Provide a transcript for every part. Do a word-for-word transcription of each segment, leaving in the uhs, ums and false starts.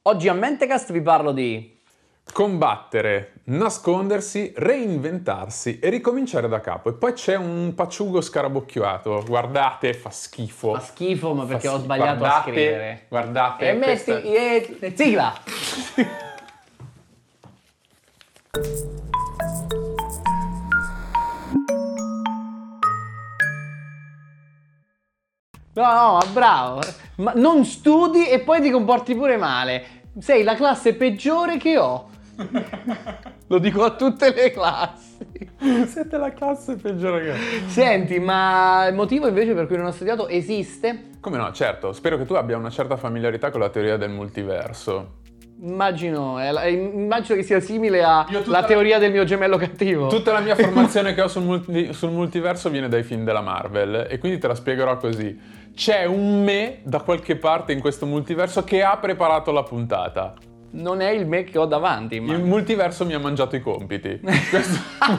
Oggi a Mentecast vi parlo di combattere, nascondersi, reinventarsi e ricominciare da capo. E poi c'è un pacciugo scarabocchiato. Guardate, fa schifo. Fa schifo, ma perché Fa ho schifo. sbagliato guardate, a scrivere. Guardate. E metti questa... e... e sigla. No, no, ma bravo. Ma non studi e poi ti comporti pure male. Sei la classe peggiore che ho. Lo dico a tutte le classi. Siete la classe peggiore che ho. Senti, ma il motivo invece per cui non ho studiato esiste? Come no, certo. Spero che tu abbia una certa familiarità con la teoria del multiverso. Immagino, è la- immagino che sia simile alla la- teoria del mio gemello cattivo. Tutta la mia formazione che ho sul, multi- sul multiverso viene dai film della Marvel e quindi te la spiegherò così. C'è un me da qualche parte in questo multiverso che ha preparato la puntata. Non è il me che ho davanti, ma... Il multiverso mi ha mangiato i compiti. Questo...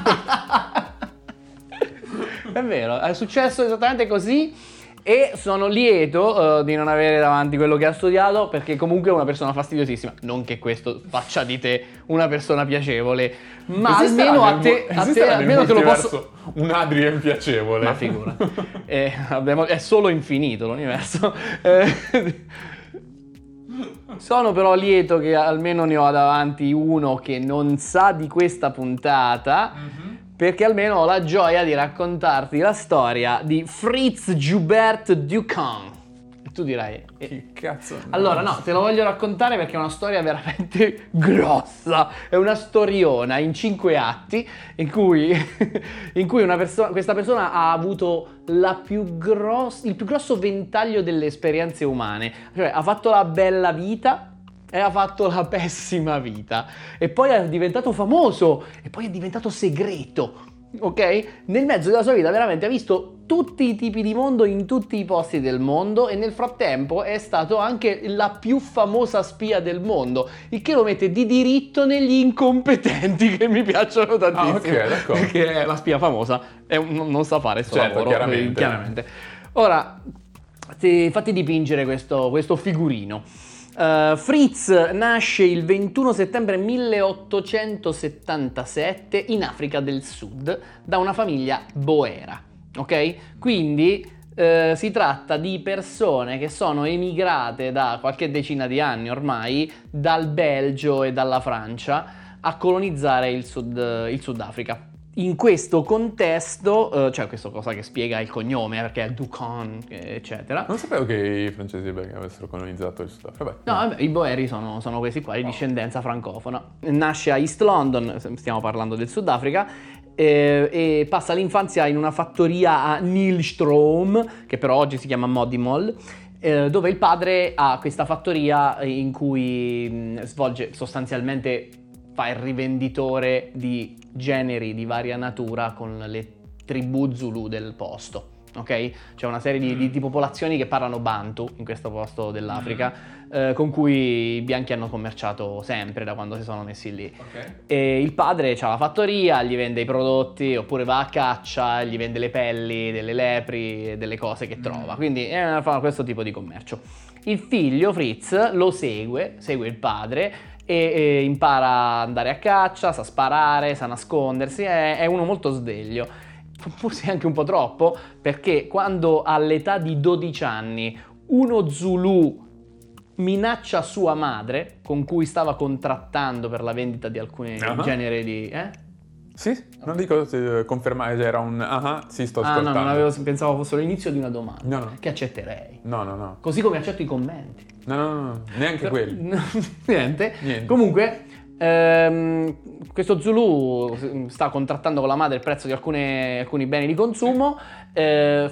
È vero, è successo esattamente così e sono lieto uh, di non avere davanti quello che ha studiato, perché comunque è una persona fastidiosissima. Non che questo faccia di te una persona piacevole, ma Esisterà almeno a nel te, mu- a te esisterà nel almeno te lo posso... multiverso un Adrien piacevole. Ma figura, eh, abbiamo- è solo infinito l'universo. Eh, Sono però lieto che almeno ne ho davanti uno che non sa di questa puntata, Mm-hmm. perché almeno ho la gioia di raccontarti la storia di Fritz Joubert Ducamp. E tu dirai... eh, Che cazzo? allora no, te lo voglio raccontare perché è una storia veramente grossa, è una storiona in cinque atti in cui, in cui una persona, questa persona ha avuto la più gross, il più grosso ventaglio delle esperienze umane, cioè ha fatto la bella vita e ha fatto la pessima vita e poi è diventato famoso e poi è diventato segreto. Ok? Nel mezzo della sua vita veramente ha visto tutti i tipi di mondo in tutti i posti del mondo e nel frattempo è stato anche la più famosa spia del mondo, il che lo mette di diritto negli incompetenti che mi piacciono tantissimo. Ah, ok, d'accordo. Perché è la spia famosa è un- non, non sa fare sto Certo, lavoro, chiaramente. eh, chiaramente. Ora, ti- fatti dipingere questo, questo figurino. Uh, Fritz nasce il ventuno settembre milleottocentosettantasette in Africa del Sud da una famiglia boera, ok? Quindi uh, si tratta di persone che sono emigrate da qualche decina di anni ormai dal Belgio e dalla Francia a colonizzare il Sud, il Sudafrica. In questo contesto, uh, cioè questa cosa che spiega il cognome, perché è Ducamp, eccetera. Non sapevo che i francesi e i belgi avessero colonizzato il Sudafrica. Vabbè. No, vabbè, i boeri sono, sono questi qua, di discendenza francofona. Nasce a East London, stiamo parlando del Sudafrica, eh, e passa l'infanzia in una fattoria a Nilstrom, che però oggi si chiama Modimoll, eh, dove il padre ha questa fattoria in cui mh, svolge sostanzialmente, fa il rivenditore di generi di varia natura con le tribù Zulu del posto. Ok? C'è una serie di, di, di popolazioni che parlano Bantu in questo posto dell'Africa, eh, con cui i bianchi hanno commerciato sempre da quando si sono messi lì. Ok. E il padre ha la fattoria, gli vende i prodotti, oppure va a caccia, gli vende le pelli delle lepri, delle cose che trova. Quindi eh, fa questo tipo di commercio. Il figlio Fritz lo segue, segue il padre e, e impara ad andare a caccia, sa sparare, sa nascondersi, è, è uno molto sveglio. Forse anche un po' troppo, perché quando all'età di dodici anni uno Zulu minaccia sua madre, con cui stava contrattando per la vendita di alcuni Uh-huh. generi di... Eh? Sì? Non dico se confermare, era un ah, sì, sto Ah no, ascoltando. non avevo, pensavo fosse l'inizio di una domanda, No, no. che accetterei. No, no, no. Così come accetto i commenti. No, no, no, no. Neanche quelli. Niente. Niente. Comunque, ehm, questo Zulu sta contrattando con la madre il prezzo di alcune- alcuni beni di consumo, eh,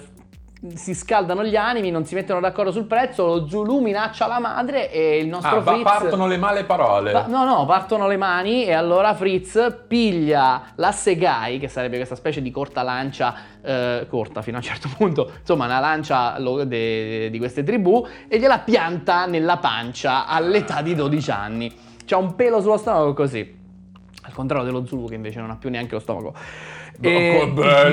si scaldano gli animi, non si mettono d'accordo sul prezzo, lo Zulu minaccia la madre e il nostro Ah, va- Fritz... partono le male parole. Pa- no, no, partono le mani e allora Fritz piglia l'assegai, che sarebbe questa specie di corta lancia, eh, corta fino a un certo punto, insomma una lancia lo- de- di queste tribù, e gliela pianta nella pancia all'età di dodici anni. C'ha un pelo sullo stomaco così, al contrario dello Zulu che invece non ha più neanche lo stomaco. Oh, che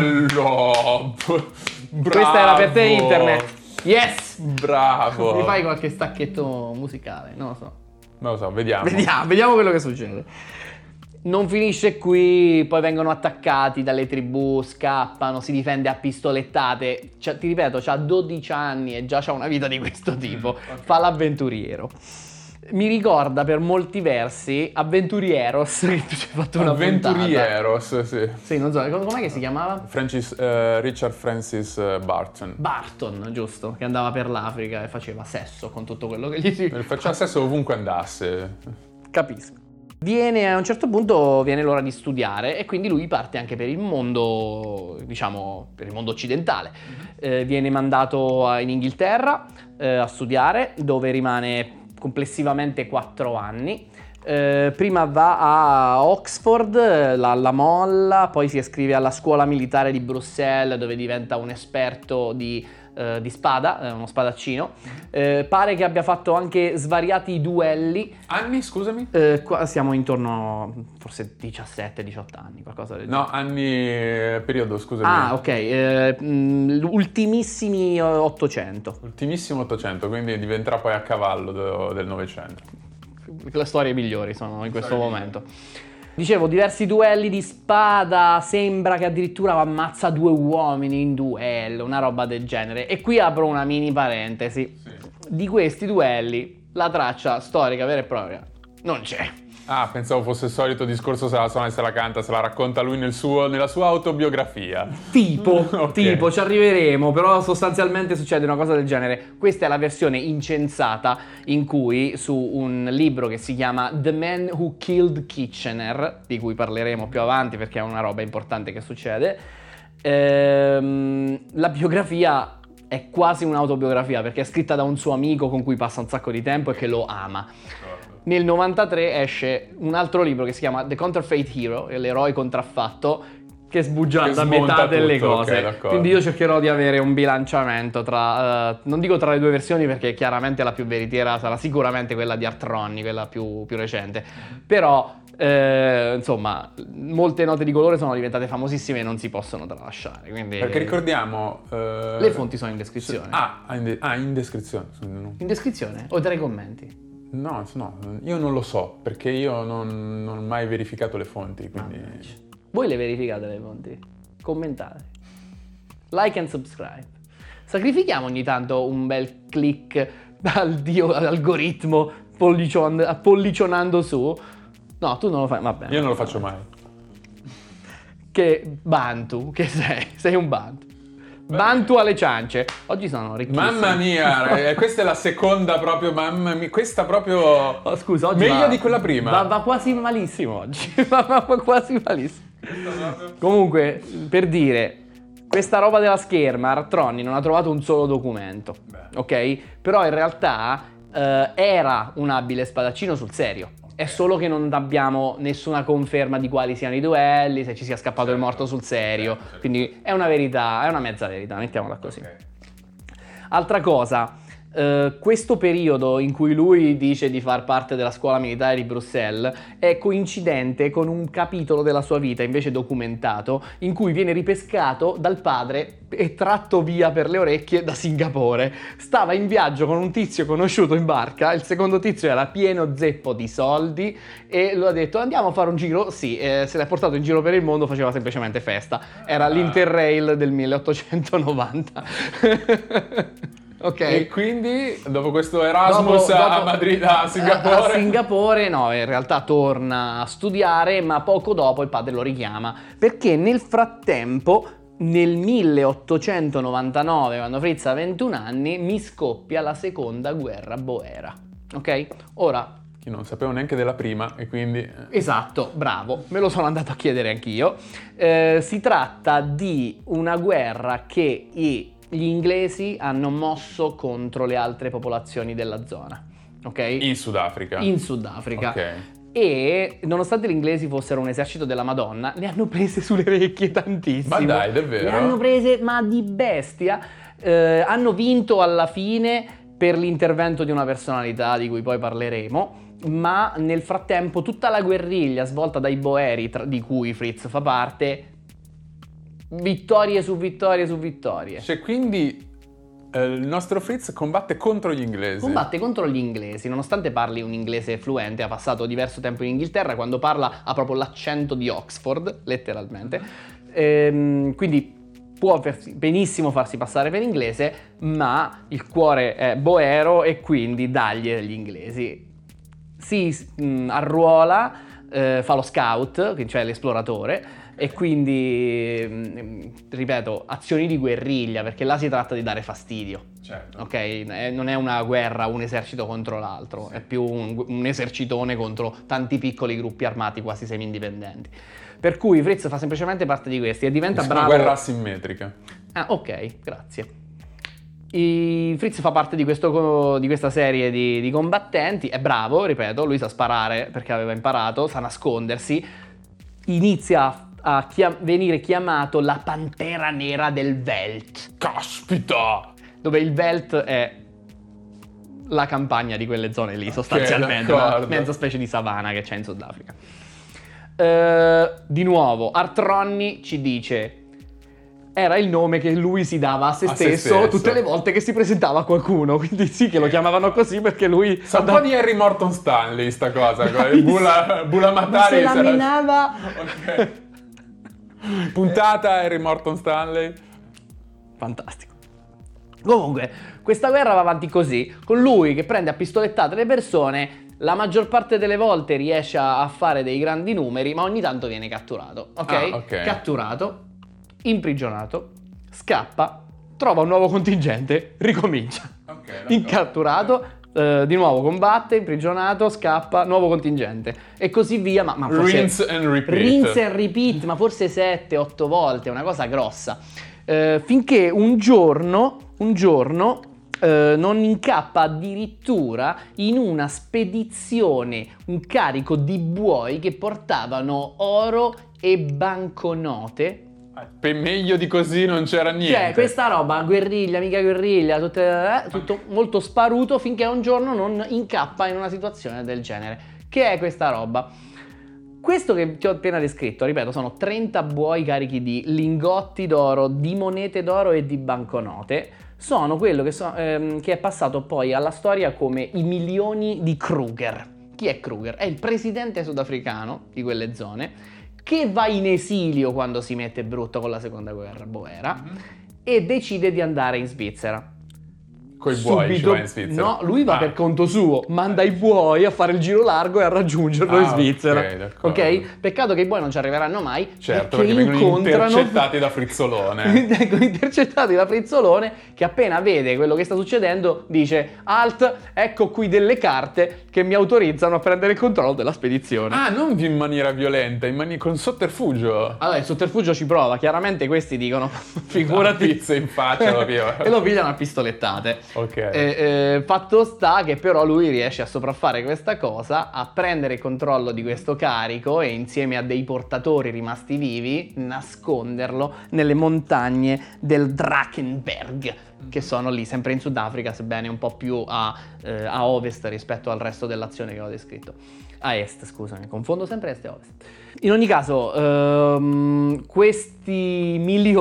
bello! Bravo! Questa era per te internet. Yes! Bravo! Mi fai qualche stacchetto musicale, non lo so. Non lo so, vediamo. Vediamo, vediamo quello che succede. Non finisce qui, poi vengono attaccati dalle tribù, scappano, si difende a pistolettate. Cioè, ti ripeto, c'ha dodici anni e già c'ha una vita di questo tipo. Mm, okay. Fa l'avventuriero. Mi ricorda per molti versi Avventurieros, che tu ci hai fatto una puntata. Avventurieros, sì. Sì, non so, com'è che si chiamava? Francis, eh, Richard Francis eh, Barton. Barton, giusto, che andava per l'Africa e faceva sesso con tutto quello che gli si... Faceva sesso ovunque andasse. Capisco. Viene a un certo punto viene l'ora di studiare e quindi lui parte anche per il mondo, diciamo, per il mondo occidentale. Eh, viene mandato a- in Inghilterra eh, a studiare, dove rimane complessivamente quattro anni. Eh, prima va a Oxford, la, la molla, poi si iscrive alla scuola militare di Bruxelles, dove diventa un esperto di, eh, di spada, eh, uno spadaccino. Eh, pare che abbia fatto anche svariati duelli. Anni, scusami? Eh, qua siamo intorno forse diciassette diciotto anni, qualcosa del No, anni, eh, periodo, scusami. Ah, ok, eh, mh, ultimissimi ottocento. Ultimissimo Ottocento, quindi diventerà poi a cavallo de- del Novecento. Le storie migliori sono in questo Storie momento. Dicevo, diversi duelli di spada, sembra che addirittura ammazza due uomini in duello, una roba del genere. E qui apro una mini parentesi. Sì. Di questi duelli, la traccia storica vera e propria non c'è. Ah, pensavo fosse il solito discorso se la suona e se la canta, se la racconta lui nel suo- nella sua autobiografia. Tipo, Ok. tipo, ci arriveremo, però sostanzialmente succede una cosa del genere. Questa è la versione incensata in cui su un libro che si chiama The Man Who Killed Kitchener, di cui parleremo più avanti perché è una roba importante che succede, ehm, la biografia è quasi un'autobiografia perché è scritta da un suo amico con cui passa un sacco di tempo e che lo ama. Nel novantatré esce un altro libro che si chiama The Counterfeit Hero, l'eroe contraffatto, che sbugiarda Che metà smonta delle tutto, cose. ok, d'accordo. Quindi io cercherò di avere un bilanciamento tra, eh, non dico tra le due versioni perché chiaramente la più veritiera sarà sicuramente quella di Art Ronnie, quella più, più recente, però eh, insomma molte note di colore sono diventate famosissime e non si possono tralasciare. Quindi, Perché ricordiamo... eh, le fonti sono in descrizione. Ah, in, de- ah, in descrizione. scusa, no. In descrizione o tra i commenti? No, no, io non lo so, perché io non, non ho mai verificato le fonti, quindi... Mannaggia. Voi le verificate le fonti? Commentate. Like and subscribe. Sacrifichiamo ogni tanto un bel click al dio algoritmo pollicion- pollicionando su. No, tu non lo fai, vabbè. Io non lo faccio mai. Che Bantu, che sei? Sei un Bantu. Bantu alle ciance. Oggi sono ricchissimo. Mamma mia, eh, questa è la seconda proprio, mamma mia, questa proprio... Oh, scusa, oggi meglio va- di quella prima. Va, va quasi malissimo oggi. va, va- va quasi malissimo. Comunque, per dire, questa roba della scherma, Art Ronnie non ha trovato un solo documento, Beh. ok? Però in realtà eh, era un abile spadaccino sul serio. È solo che non abbiamo nessuna conferma di quali siano i duelli, se ci sia scappato il morto sul serio. certo, certo. Quindi è una verità, è una mezza verità, mettiamola così. Ok. Altra cosa, eh, questo periodo in cui lui dice di far parte della scuola militare di Bruxelles è coincidente con un capitolo della sua vita invece documentato in cui viene ripescato dal padre e tratto via per le orecchie da Singapore. Stava in viaggio con un tizio conosciuto in barca, il secondo tizio era pieno zeppo di soldi e lui ha detto andiamo a fare un giro, sì, eh, se l'è portato in giro per il mondo, faceva semplicemente festa, era l'Interrail del milleottocentonovanta. Ok. E quindi, dopo questo Erasmus Dopo- a dopo- Madrid, a Singapore... A Singapore, no, in realtà torna a studiare, ma poco dopo il padre lo richiama, perché nel frattempo, nel milleottocentonovantanove, quando Fritz ha ventuno anni, mi scoppia la seconda guerra boera. Ok? Ora, Io non sapevo neanche della prima e quindi... eh, esatto, bravo, me lo sono andato a chiedere anch'io. Eh, si tratta di una guerra che i- gli inglesi hanno mosso contro le altre popolazioni della zona, ok? In Sudafrica. In Sudafrica. Ok. E nonostante gli inglesi fossero un esercito della Madonna, ne hanno prese sulle orecchie tantissimo. Ma dai, davvero? Ne hanno prese, ma di bestia. Eh, hanno vinto alla fine per l'intervento di una personalità di cui poi parleremo. Ma nel frattempo tutta la guerriglia svolta dai Boeri, tra- di cui Fritz fa parte, vittorie su vittorie su vittorie. Cioè, quindi Eh, il nostro Fritz combatte contro gli inglesi. Combatte contro gli inglesi, nonostante parli un inglese fluente, ha passato diverso tempo in Inghilterra, quando parla ha proprio l'accento di Oxford, letteralmente. Ehm, quindi può farsi- benissimo farsi passare per inglese, ma il cuore è boero e quindi dagli agli inglesi. Si mh, arruola, eh, fa lo scout, cioè l'esploratore, e quindi, mh, ripeto, azioni di guerriglia, perché là si tratta di dare fastidio. Certo. Ok? Eh, non è una guerra, un esercito contro l'altro, Sì. è più un, un esercitone contro tanti piccoli gruppi armati quasi semi-indipendenti. Per cui Fritz fa semplicemente parte di questi e diventa È bravo. una guerra asimmetrica. Ah, ok, grazie. I... Fritz fa parte di, questo, di questa serie di, di combattenti, è bravo, ripeto, lui sa sparare perché aveva imparato, sa nascondersi, inizia a a chiam- venire chiamato la Pantera Nera del Veldt. Caspita! Dove il Veldt è la campagna di quelle zone lì, sostanzialmente, d'accordo. una mezza specie di savana che c'è in Sudafrica. Eh, di nuovo, Art Ronny ci dice: era il nome che lui si dava a se, A se stesso, stesso. tutte le volte che si presentava a qualcuno, quindi sì che lo chiamavano così perché lui Sa un po' di Harry Morton Stanley sta cosa, il Bula, Bula Matari se la sarà- menava. Ok. Puntata Harry Morton Stanley. Fantastico. Comunque, questa guerra va avanti così, con lui che prende a pistolettate le persone, la maggior parte delle volte riesce a fare dei grandi numeri, ma ogni tanto viene catturato, ok? Ah, ok. Catturato, imprigionato, scappa, trova un nuovo contingente, ricomincia. Ok, d'accordo. Incatturato, eh, di nuovo combatte, imprigionato, scappa, nuovo contingente e così via, ma, ma forse... Rinse and repeat. Rinse and repeat, ma forse sette otto volte, una cosa grossa. Eh, finché un giorno, un giorno eh, non incappa addirittura in una spedizione, un carico di buoi che portavano oro e banconote. Per meglio di così non c'era niente. Cioè, questa roba, guerriglia, mica guerriglia, tutte, eh, tutto molto sparuto finché un giorno non incappa in una situazione del genere. Che è questa roba? Questo che ti ho appena descritto, ripeto, sono trenta buoi carichi di lingotti d'oro, di monete d'oro e di banconote. Sono quello che, so, ehm, che è passato poi alla storia come i milioni di Kruger. Chi è Kruger? È il presidente sudafricano di quelle zone, che va in esilio quando si mette brutto con la seconda guerra boera, Mhm. e decide di andare in Svizzera. Coi buoi ci va in Svizzera. No, lui va Ah. per conto suo, manda i buoi a fare il giro largo e a raggiungerlo in Ah, Svizzera. ok, d'accordo. Ok? Peccato che i buoi non ci arriveranno mai, Certo, perché perché vengono incontrano intercettati da Frizzolone. Vengono intercettati da Frizzolone, che appena vede quello che sta succedendo dice: alt, ecco qui delle carte che mi autorizzano a prendere il controllo della spedizione. Ah, non in maniera violenta, in mani- con sotterfugio. Allora il sotterfugio ci prova, chiaramente questi dicono La figurati, pizza in faccia lo via. e lo pigliano a pistolettate. Ok. Eh, eh, fatto sta che però lui riesce a sopraffare questa cosa, a prendere il controllo di questo carico e insieme a dei portatori rimasti vivi nasconderlo nelle montagne del Drakensberg, che sono lì sempre in Sudafrica, sebbene un po' più a, eh, a ovest rispetto al resto dell'azione che ho descritto. A est, scusami, confondo sempre est e ovest. In ogni caso, ehm, questi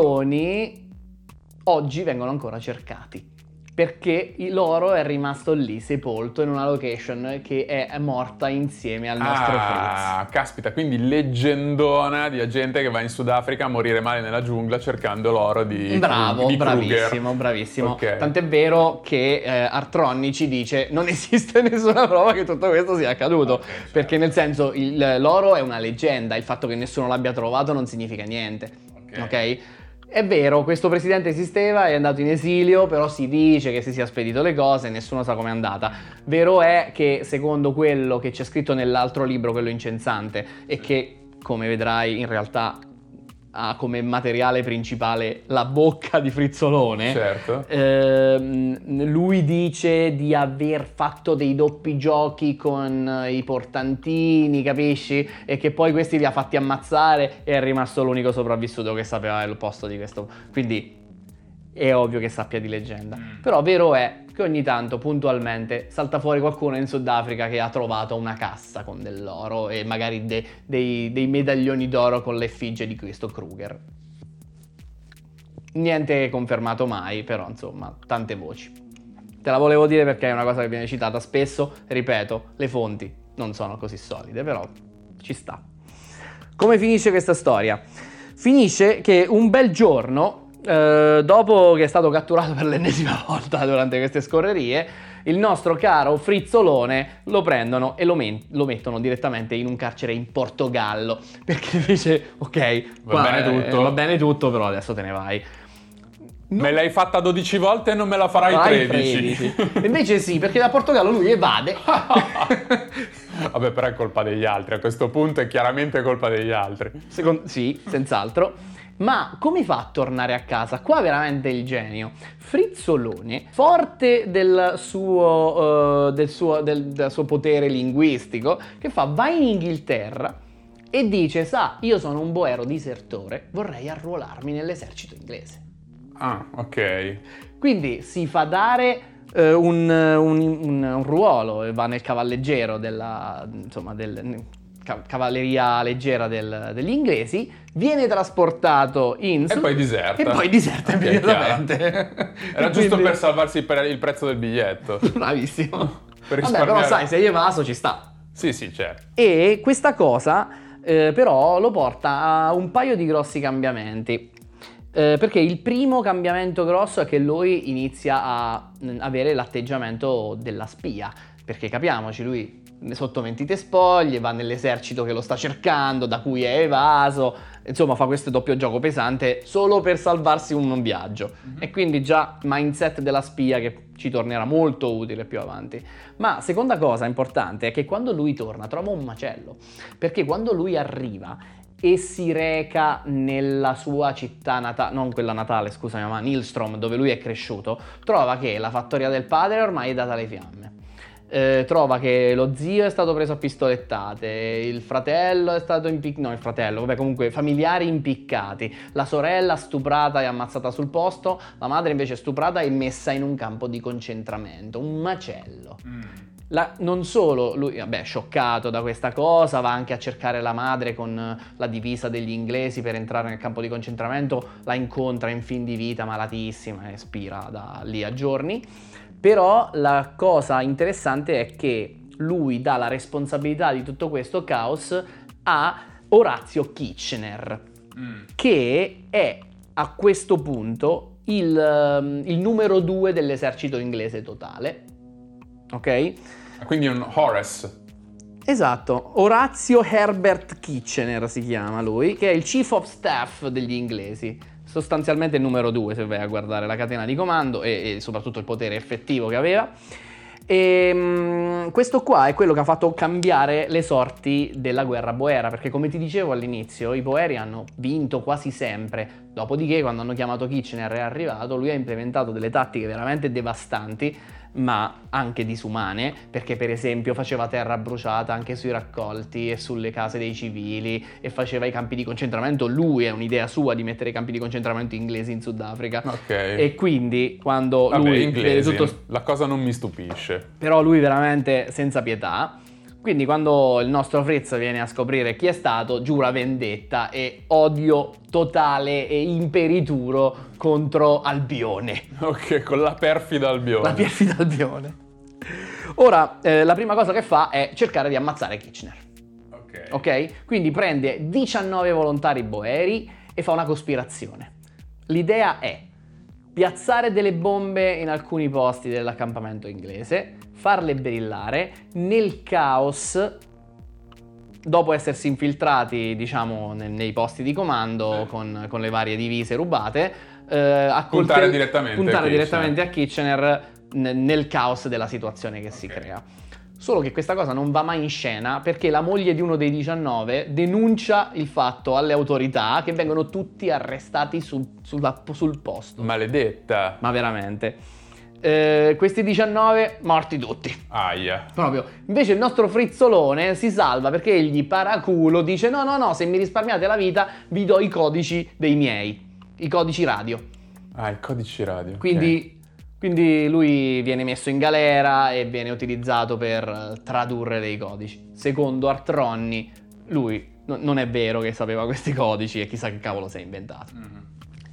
milioni oggi vengono ancora cercati, perché l'oro è rimasto lì sepolto in una location che è morta insieme al nostro Ah, caspita, quindi leggendona di gente che va in Sudafrica a morire male nella giungla cercando l'oro di Fritz. Bravo, di bravissimo, Kruger. bravissimo. Ok. Tant'è vero che eh, Art Ronny ci dice: non esiste nessuna prova che tutto questo sia accaduto. Ok, certo. Perché nel senso, il- l'oro è una leggenda, il fatto che nessuno l'abbia trovato non significa niente. Ok. Ok? È vero, questo presidente esisteva, è andato in esilio, però si dice che si sia spedito le cose, nessuno sa com'è andata. Vero è che, secondo quello che c'è scritto nell'altro libro, quello incensante, e che, come vedrai, in realtà ha come materiale principale la bocca di Frizzolone, Certo. ehm, lui dice di aver fatto dei doppi giochi con i portantini, capisci? E che poi questi li ha fatti ammazzare e è rimasto l'unico sopravvissuto che sapeva il posto di questo. Quindi è ovvio che sappia di leggenda. Però vero è che ogni tanto, puntualmente, salta fuori qualcuno in Sudafrica che ha trovato una cassa con dell'oro e magari de- dei, dei medaglioni d'oro con l'effigie di questo Kruger. Niente confermato mai, però insomma, tante voci. Te la volevo dire perché è una cosa che viene citata spesso, ripeto, le fonti non sono così solide, però ci sta. Come finisce questa storia? Finisce che un bel giorno, eh, dopo che è stato catturato per l'ennesima volta durante queste scorrerie, il nostro caro Frizzolone lo prendono e lo, men- lo mettono direttamente in un carcere in Portogallo, perché dice ok, Va qua, bene eh, tutto. va bene tutto, però adesso te ne vai. Non... Me l'hai fatta dodici volte e non me la farai Vai tredici. tredici. Invece sì, perché da Portogallo lui evade. Vabbè, però è colpa degli altri, a questo punto è chiaramente colpa degli altri. Secondo... Sì, senz'altro. Ma come fa a tornare a casa? Qua veramente il genio. Frizzolone, forte del suo, uh, del, suo, del, del suo potere linguistico, che fa? Va in Inghilterra e dice, sa, io sono un boero disertore, vorrei arruolarmi nell'esercito inglese. Ah, ok. Quindi si fa dare uh, un, un, un, un ruolo e va nel cavalleggero della, insomma, del... cavalleria leggera del, degli inglesi, viene trasportato in... E poi diserta. E poi diserta Okay, immediatamente. Era giusto Quindi- per salvarsi per il prezzo del biglietto. Bravissimo. Per Vabbè, però risparmiare. sai, se hai evaso ci sta. Sì, sì, certo. E questa cosa eh, però lo porta a un paio di grossi cambiamenti. Eh, perché il primo cambiamento grosso è che lui inizia a mh, avere l'atteggiamento della spia. Perché capiamoci, lui sotto mentite spoglie, va nell'esercito che lo sta cercando, da cui è evaso, insomma fa questo doppio gioco pesante solo per salvarsi un viaggio. Mm-hmm. E quindi già mindset della spia che ci tornerà molto utile più avanti. Ma seconda cosa importante è che quando lui torna trova un macello, perché quando lui arriva e si reca nella sua città natale, non quella natale, scusami, ma Nilstrom, dove lui è cresciuto, trova che la fattoria del padre ormai è data alle fiamme. Eh, trova che lo zio è stato preso a pistolettate, il fratello è stato impiccato, no il fratello, vabbè comunque familiari impiccati, la sorella stuprata e ammazzata sul posto, la madre invece stuprata e messa in un campo di concentramento, un macello. Mm. La, non solo lui, vabbè, scioccato da questa cosa, va anche a cercare la madre con la divisa degli inglesi per entrare nel campo di concentramento, la incontra in fin di vita malatissima e spira da lì a giorni. Però la cosa interessante è che lui dà la responsabilità di tutto questo caos a Orazio Kitchener, mm. che è a questo punto il, il numero due dell'esercito inglese totale. Ok? Quindi un Horace. Esatto, Orazio Herbert Kitchener si chiama lui, che è il Chief of Staff degli inglesi. Sostanzialmente il numero due se vai a guardare la catena di comando e, e soprattutto il potere effettivo che aveva. E um, questo qua è quello che ha fatto cambiare le sorti della guerra boera, perché come ti dicevo all'inizio i boeri hanno vinto quasi sempre. Dopodiché quando hanno chiamato Kitchener è arrivato, lui ha implementato delle tattiche veramente devastanti, ma anche disumane, perché per esempio faceva terra bruciata anche sui raccolti e sulle case dei civili e faceva i campi di concentramento. Lui è un'idea sua di mettere i campi di concentramento inglesi in Sudafrica. Ok. E quindi quando Vabbè, lui inglesi, vede tutto... la cosa non mi stupisce. Però lui veramente senza pietà. Quindi quando il nostro Fritz viene a scoprire chi è stato, giura vendetta e odio totale e imperituro contro Albione. Ok, con la perfida Albione. La perfida Albione. Ora, eh, la prima cosa che fa è cercare di ammazzare Kitchener. Ok. Ok? Quindi prende diciannove volontari boeri e fa una cospirazione. L'idea è piazzare delle bombe in alcuni posti dell'accampamento inglese, farle brillare, nel caos, dopo essersi infiltrati, diciamo, nei, nei posti di comando con, con le varie divise rubate, eh, a puntare coltel- direttamente puntare a direttamente a Kitchener n- nel caos della situazione che si Okay. crea. Solo che questa cosa non va mai in scena perché la moglie di uno dei diciannove denuncia il fatto alle autorità, che vengono tutti arrestati sul, sulla- sul posto. Maledetta. Ma veramente. Eh, questi diciannove morti tutti. Aia. Proprio. Invece il nostro Frizzolone si salva perché egli paraculo dice no no no, se mi risparmiate la vita vi do i codici dei miei, i codici radio. Ah, i codici radio. ok. Quindi Quindi lui viene messo in galera e viene utilizzato per tradurre dei codici. Secondo Artronni, lui no, non è vero che sapeva questi codici e chissà che cavolo si è inventato. Mm-hmm.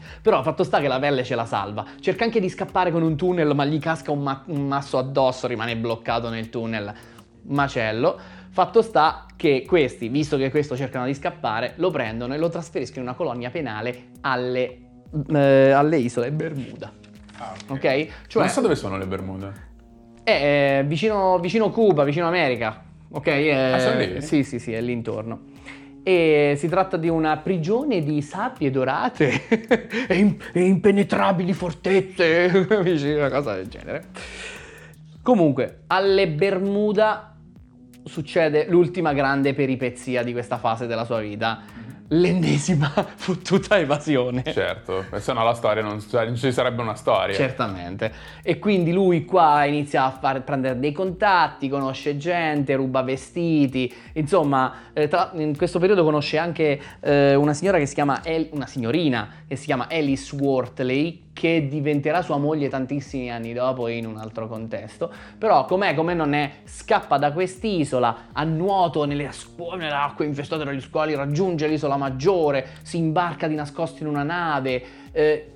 Però fatto sta che la pelle ce la salva. Cerca anche di scappare con un tunnel, ma gli casca un, ma- un masso addosso, rimane bloccato nel tunnel. Macello. Fatto sta che questi, visto che questo cercano di scappare, lo prendono e lo trasferiscono in una colonia penale alle, eh, alle isole Bermuda. Ah, ok. Ok? Cioè, non so dove sono le Bermude. è eh, vicino, vicino Cuba, vicino America. Ok? Eh, Ah, sono lì? Sì, sì, sì, è lì intorno. E si tratta di una prigione di sabbie dorate e, im- e impenetrabili fortezze, capisci? Una cosa del genere. Comunque, alle Bermuda succede l'ultima grande peripezia di questa fase della sua vita, l'ennesima fottuta evasione. Certo, se no la storia non, cioè, non ci sarebbe una storia. Certamente. E quindi lui qua inizia a far prendere dei contatti, conosce gente, ruba vestiti, insomma, eh, tra- in questo periodo conosce anche eh, una signora che si chiama El- una signorina che si chiama Alice Wortley, che diventerà sua moglie tantissimi anni dopo in un altro contesto. Però com'è, come non è, scappa da quest'isola a nuoto nelle, scu- nelle acque infestate dagli squali, raggiunge l'isola maggiore, si imbarca di nascosto in una nave, eh,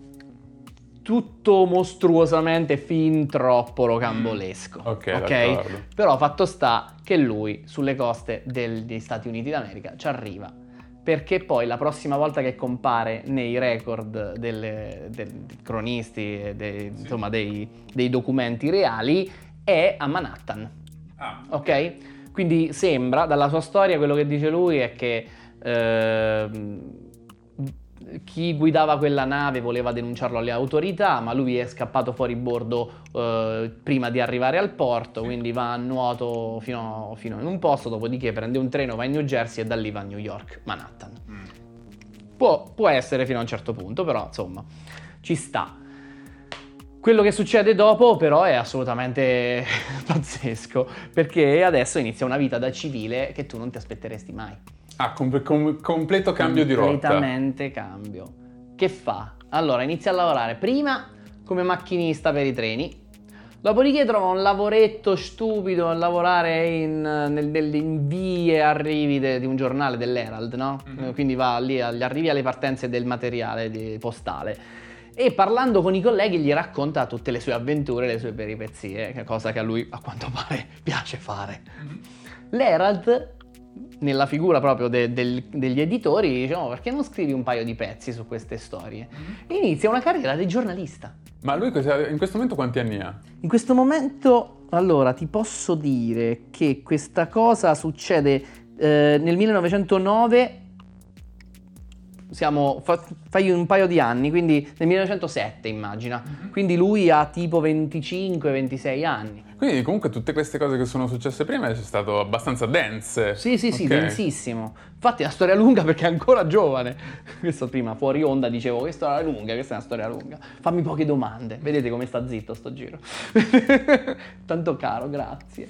tutto mostruosamente fin troppo rocambolesco. Ok, d'accordo. Però fatto sta che lui sulle coste degli Stati Uniti d'America ci arriva, perché poi la prossima volta che compare nei record delle, dei cronisti, e dei, Sì. insomma dei, dei documenti reali, è a Manhattan. Ah, Ok? Quindi sembra, dalla sua storia, quello che dice lui è che ehm, chi guidava quella nave voleva denunciarlo alle autorità, ma lui è scappato fuori bordo eh, prima di arrivare al porto, quindi va a nuoto fino, fino in un posto, dopodiché prende un treno, va in New Jersey e da lì va a New York, Manhattan. Mm. Può, può essere fino a un certo punto, però insomma, ci sta. Quello che succede dopo però è assolutamente pazzesco, perché adesso inizia una vita da civile che tu non ti aspetteresti mai. Ah, com- com- completo cambio di rotta. Completamente cambio. Che fa? Allora, inizia a lavorare prima come macchinista per i treni, dopodiché trova un lavoretto stupido a lavorare in, nel- nelle invie e arrivi de- di un giornale dell'Herald, no? Mhm. Quindi va lì agli arrivi alle partenze del materiale di- postale. E parlando con i colleghi gli racconta tutte le sue avventure, le sue peripezie, che è cosa che a lui a quanto pare piace fare. L'Herald, nella figura proprio de- del- degli editori, dice: "Oh, perché non scrivi un paio di pezzi su queste storie?" E inizia una carriera di giornalista. Ma lui cosa- in questo momento quanti anni ha? In questo momento, allora, ti posso dire che questa cosa succede eh, nel millenovecentonove, siamo, fa- fai un paio di anni, quindi nel millenovecentosette immagina, quindi lui ha tipo venticinque ventisei anni. Quindi comunque tutte queste cose che sono successe prima è stato abbastanza dense. Sì, sì, sì, Ok. densissimo. Infatti è una storia lunga perché è ancora giovane. Questo prima fuori onda dicevo: questa è una lunga, questa è una storia lunga. Fammi poche domande. Vedete come sta zitto sto giro. Tanto caro, grazie.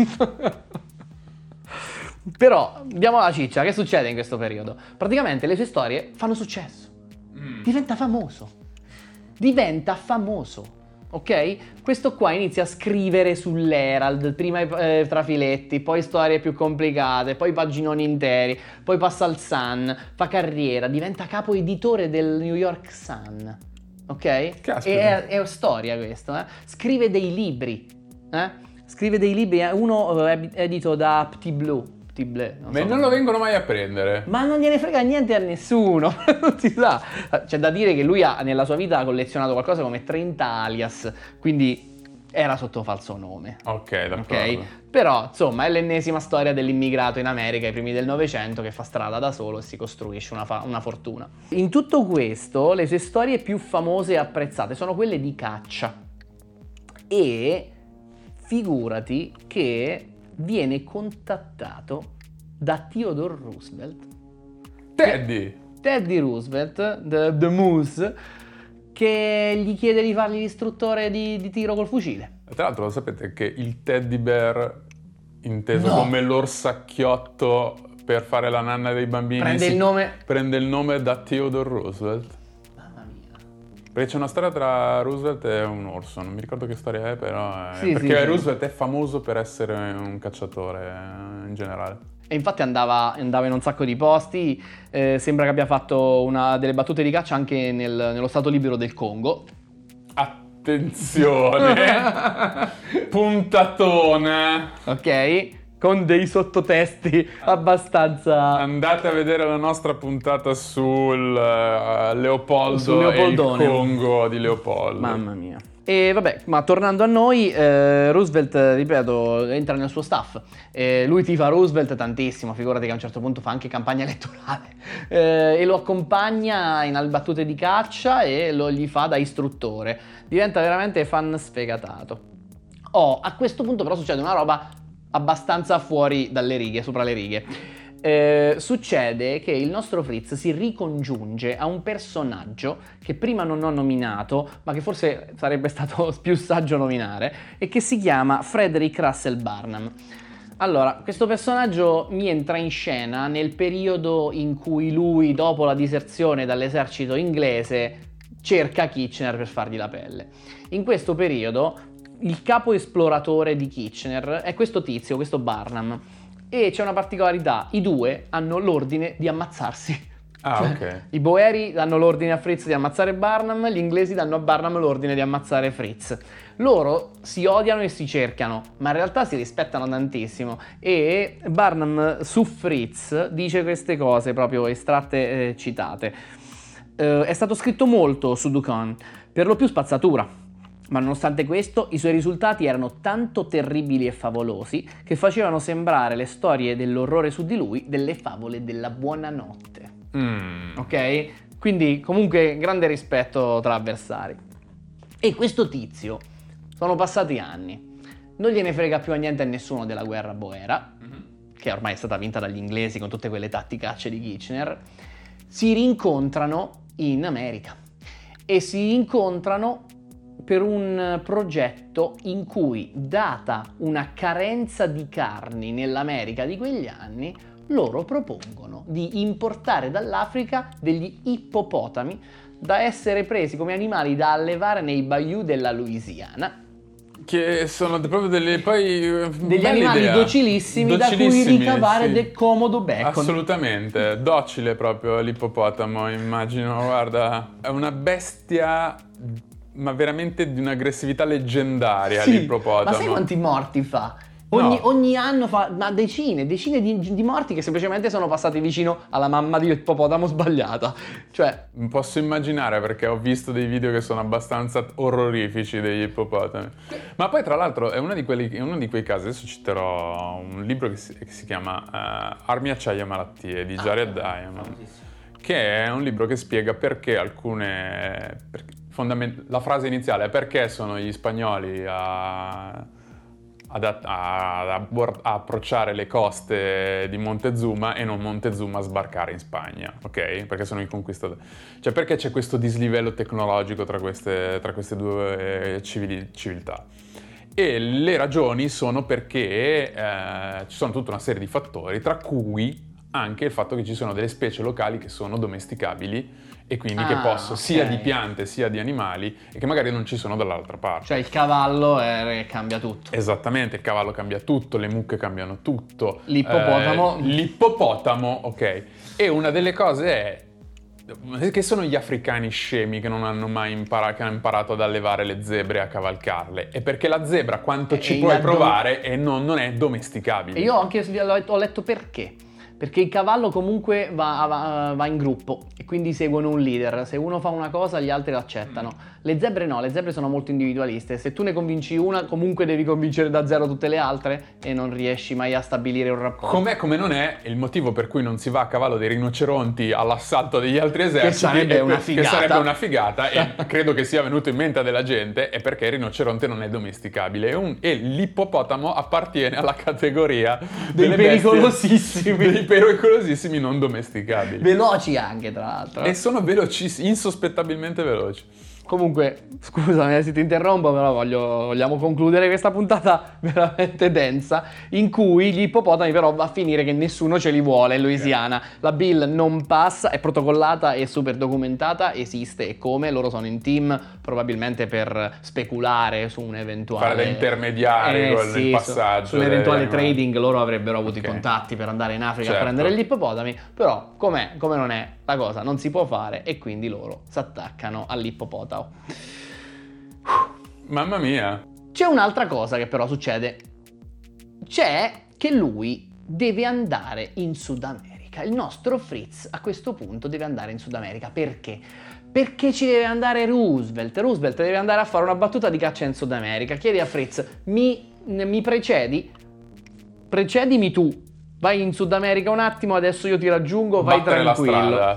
Però, diamo la ciccia, che succede in questo periodo? Praticamente le sue storie fanno successo. Mm. Diventa famoso. Diventa famoso. Ok? Questo qua inizia a scrivere sull'Herald, prima i eh, trafiletti, poi storie più complicate, poi paginoni interi, poi passa al Sun, fa carriera, diventa capo editore del New York Sun. Ok? Caspita. E è, è storia questo, eh? Scrive dei libri, eh? Scrive dei libri, eh, uno eh, edito da Petit Bleu. Petit Bleu, non Ma so non come- lo vengono mai a prendere. ma non gliene frega niente a nessuno, non si sa. C'è da dire che lui ha nella sua vita ha collezionato qualcosa come trenta alias, quindi era sotto falso nome. Ok, d'accordo. Ok? Però, insomma, è l'ennesima storia dell'immigrato in America ai primi del Novecento che fa strada da solo e si costruisce una, fa- una fortuna. In tutto questo, le sue storie più famose e apprezzate sono quelle di caccia. E figurati che viene contattato da Theodore Roosevelt, Teddy! Teddy Roosevelt, the, the Moose, che gli chiede di fargli l'istruttore di, di tiro col fucile. Tra l'altro lo sapete che il teddy bear, inteso No. come l'orsacchiotto per fare la nanna dei bambini, Prende si- il nome... prende il nome da Theodore Roosevelt? Mamma mia. Perché c'è una storia tra Roosevelt e un orso, non mi ricordo che storia è, però è- Sì, perché sì, sì. Roosevelt è famoso per essere un cacciatore eh, in generale. e infatti andava, andava in un sacco di posti, eh, sembra che abbia fatto una delle battute di caccia anche nel- nello stato libero del Congo. Attenzione, puntatona. Ok? Con dei sottotesti abbastanza... Andate a vedere la nostra puntata sul eh, Leopoldo Sul Leopoldone. e il Congo di Leopoldo. Mamma mia. E vabbè, ma tornando a noi, eh, Roosevelt, ripeto, entra nel suo staff. Eh, lui tifa Roosevelt tantissimo, figurati che a un certo punto fa anche campagna elettorale. Eh, e lo accompagna in battute di caccia e lo gli fa da istruttore. Diventa veramente fan sfegatato. Oh, a questo punto però succede una roba abbastanza fuori dalle righe, sopra le righe. Eh, succede che il nostro Fritz si ricongiunge a un personaggio che prima non ho nominato, ma che forse sarebbe stato più saggio nominare, e che si chiama Frederick Russell Barnum. Allora, questo personaggio mi entra in scena nel periodo in cui lui, dopo la diserzione dall'esercito inglese, cerca Kitchener per fargli la pelle. In questo periodo il capo esploratore di Kitchener è questo tizio, questo Barnum, e c'è una particolarità: i due hanno l'ordine di ammazzarsi. Ah, Cioè, ok. i boeri danno l'ordine a Fritz di ammazzare Barnum, gli inglesi danno a Barnum l'ordine di ammazzare Fritz. Loro si odiano e si cercano, ma in realtà si rispettano tantissimo, e Barnum su Fritz dice queste cose proprio estratte, eh, citate. Eh, è stato scritto molto su Dukhan, per lo più spazzatura. Ma nonostante questo, i suoi risultati erano tanto terribili e favolosi che facevano sembrare le storie dell'orrore su di lui delle favole della buonanotte. Mm. Ok? Quindi comunque grande rispetto tra avversari. E questo tizio, sono passati anni, non gliene frega più a niente a nessuno della guerra boera, che ormai è stata vinta dagli inglesi con tutte quelle tatticacce di Kitchener. Si rincontrano in America e si incontrano per un progetto in cui, data una carenza di carni nell'America di quegli anni, loro propongono di importare dall'Africa degli ippopotami da essere presi come animali da allevare nei bayou della Louisiana. Che sono proprio delle poi Degli animali idea. docilissimi, da cui Docilissimi, ricavare sì. del comodo bacon. Assolutamente, docile proprio l'ippopotamo, immagino, guarda, è una bestia, ma veramente di un'aggressività leggendaria, Sì, l'ippopotamo. ma sai quanti morti fa? Ogni, No. ogni anno fa ma decine, decine di, di morti che semplicemente sono passati vicino alla mamma di ippopotamo sbagliata. Cioè, Posso immaginare, perché ho visto dei video che sono abbastanza orrorifici degli ippopotami. Ma poi tra l'altro è uno di, quelli, è uno di quei casi, adesso citerò un libro che si, che si chiama uh, Armi, acciaia, malattie di Jared Diamond, che è un libro che spiega perché alcune... Perché fondament- la frase iniziale è perché sono gli spagnoli a... Ad, a, a, a approcciare le coste di Montezuma e non Montezuma a sbarcare in Spagna, ok? Perché sono i conquistatori. Cioè, perché c'è questo dislivello tecnologico tra queste, tra queste due eh, civili, civiltà? E le ragioni sono perché eh, ci sono tutta una serie di fattori, tra cui anche il fatto che ci sono delle specie locali che sono domesticabili e quindi Ah, che possono, ok. sia di piante sia di animali, e che magari non ci sono dall'altra parte. cioè il cavallo è, cambia tutto. Esattamente, il cavallo cambia tutto, le mucche cambiano tutto. L'ippopotamo. Eh, l'ippopotamo, ok. E una delle cose è che sono gli africani scemi che non hanno mai imparato, che hanno imparato ad allevare le zebre e a cavalcarle. E perché la zebra quanto E- ci e puoi la do- provare e non, non è domesticabile. E io anche ho letto perché. Perché il cavallo comunque va, va- va in gruppo e quindi seguono un leader. Se uno fa una cosa, gli altri l'accettano. Le zebre no, le zebre sono molto individualiste. Se tu ne convinci una, comunque devi convincere da zero tutte le altre e non riesci mai a stabilire un rapporto. Com'è come non è il motivo per cui non si va a cavallo dei rinoceronti all'assalto degli altri eserciti, sarebbe e una per- figata. che sarebbe una figata e credo che sia venuto in mente a della gente, è perché il rinoceronte non è domesticabile e, un- e l'ippopotamo appartiene alla categoria Dei delle bestie- pericolosissimi. dei pericolosissimi non domesticabili. Veloci anche, tra l'altro. E sono velocissimi, insospettabilmente veloci. Comunque, scusami se ti interrompo, però voglio, vogliamo concludere questa puntata veramente densa, in cui gli ippopotami però va a finire che nessuno ce li vuole in Louisiana. Okay. La bill non passa, è protocollata e super documentata, esiste e come, loro sono in team probabilmente per speculare su un eventuale... Fare da intermediari eh, con sì, il passaggio. Su, su un eventuale trading loro avrebbero avuto okay. i contatti per andare in Africa certo. a prendere gli ippopotami, però com'è, come non è, la cosa non si può fare e quindi loro si attaccano all'ippopotamo. Mamma mia. C'è un'altra cosa che però succede. C'è che lui deve andare in Sud America. Il nostro Fritz a questo punto deve andare in Sud America. Perché? Perché ci deve andare Roosevelt. Roosevelt deve andare a fare una battuta di caccia in Sud America. Chiede a Fritz, mi, mi precedi? Precedimi tu. Vai in Sud America un attimo, adesso io ti raggiungo, vai Battere tranquillo. La strada.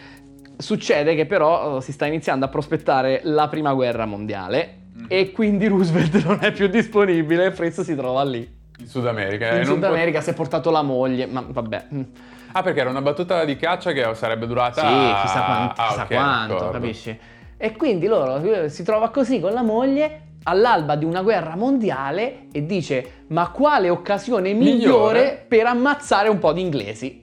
Succede che però si sta iniziando a prospettare la prima guerra mondiale mm. e quindi Roosevelt non è più disponibile e Fritz si trova lì. In Sud America. In e Sud non America po- si è portato la moglie, ma vabbè. Ah, perché era una battuta di caccia che sarebbe durata... Sì, chissà quanto, ah, chissà okay, quanto d'accordo. capisci? E quindi loro si trova così con la moglie all'alba di una guerra mondiale e dice ma quale occasione migliore, migliore per ammazzare un po' di inglesi?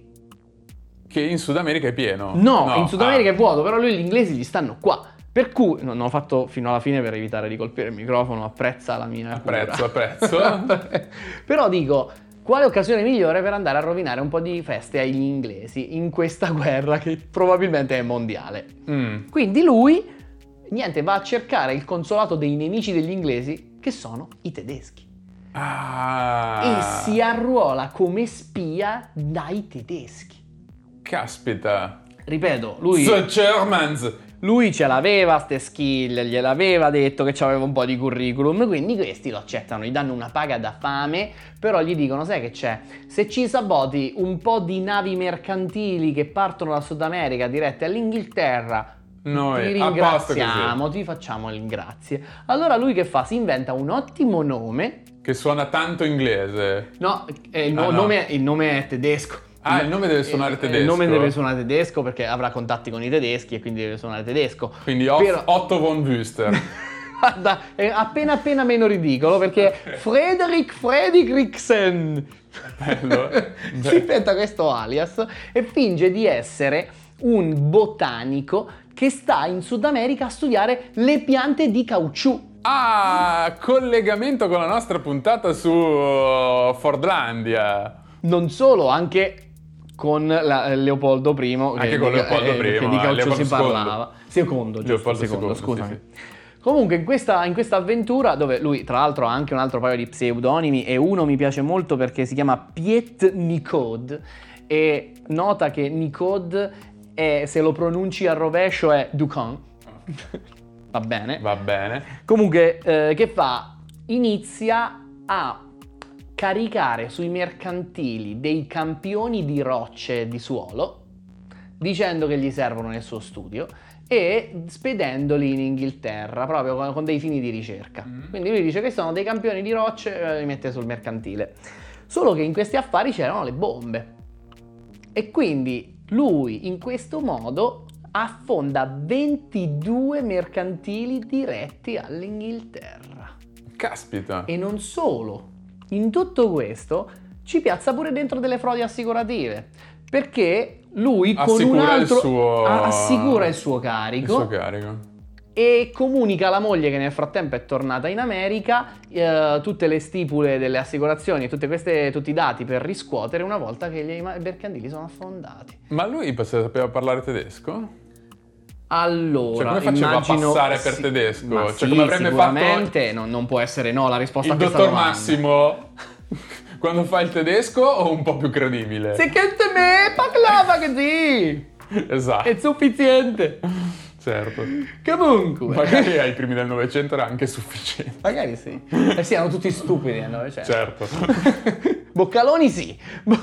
Che in Sud America è pieno. No, no. in Sud America ah. è vuoto, però lui gli inglesi gli stanno qua. Per cui, non l'ho fatto fino alla fine per evitare di colpire il microfono, apprezza la mia Apprezzo, cura. apprezzo. Però dico, quale occasione migliore per andare a rovinare un po' di feste agli inglesi in questa guerra che probabilmente è mondiale. Mm. Quindi lui, niente, va a cercare il consolato dei nemici degli inglesi, che sono i tedeschi. Ah. E si arruola come spia dai tedeschi. Caspita. Ripeto, lui... The Germans. Lui ce l'aveva, ste skill, gliel'aveva detto che c'aveva un po' di curriculum, quindi questi lo accettano, gli danno una paga da fame, però gli dicono, sai che c'è? Se ci saboti un po' di navi mercantili che partono da Sud America dirette all'Inghilterra, noi ti ringraziamo, ti facciamo le grazie. Allora lui che fa? Si inventa un ottimo nome. Che suona tanto inglese. No, eh, il, ah, no, no. Nome, il nome è tedesco. Ah, il nome deve suonare il, tedesco. Il nome deve suonare tedesco perché avrà contatti con i tedeschi e quindi deve suonare tedesco. Quindi Però... Otto von Wüster. Guarda, è appena appena meno ridicolo perché Frederick Fredriksen Bello. si inventa questo alias e finge di essere un botanico che sta in Sud America a studiare le piante di caucciù. Ah, collegamento con la nostra puntata su Fordlandia. Non solo, anche con la, Leopoldo I. Anche che con di, Leopoldo eh, I. Che di caucciù Leopoldo si parlava. Secondo, giusto? Leopoldo Secondo, secondo, scusami. Sì, sì. Comunque in questa, in questa avventura, dove lui tra l'altro ha anche un altro paio di pseudonimi e uno mi piace molto perché si chiama Piet Nicode e nota che Nicode è, se lo pronunci a rovescio è Ducan. Va bene. Va bene. Comunque eh, che fa? Inizia a caricare sui mercantili dei campioni di rocce di suolo dicendo che gli servono nel suo studio e spedendoli in Inghilterra proprio con, con dei fini di ricerca. Mm. Quindi lui dice che sono dei campioni di rocce e li mette sul mercantile. Solo che in questi affari c'erano le bombe e quindi lui in questo modo affonda ventidue mercantili diretti all'Inghilterra. Caspita. E non solo, in tutto questo ci piazza pure dentro delle frodi assicurative, perché lui assicura con un altro il suo... assicura il suo carico, il suo carico e comunica alla moglie che nel frattempo è tornata in America eh, tutte le stipule delle assicurazioni, tutte queste, tutti i dati per riscuotere una volta che i mercantili sono affondati. Ma lui sapeva parlare tedesco? Allora, cioè, come faceva immagino, a passare per sì, tedesco? Ma cioè, sì, come avrebbe sicuramente fatto non, non può essere no la risposta il a questa dottor domanda. Massimo quando fa il tedesco o un po' più credibile? Secondo me parlava così. Esatto. È sufficiente. Certo. Comunque. Magari ai primi del Novecento era anche sufficiente. Magari sì. Eh sì, erano tutti stupidi nel Novecento. Certo. Boccaloni sì.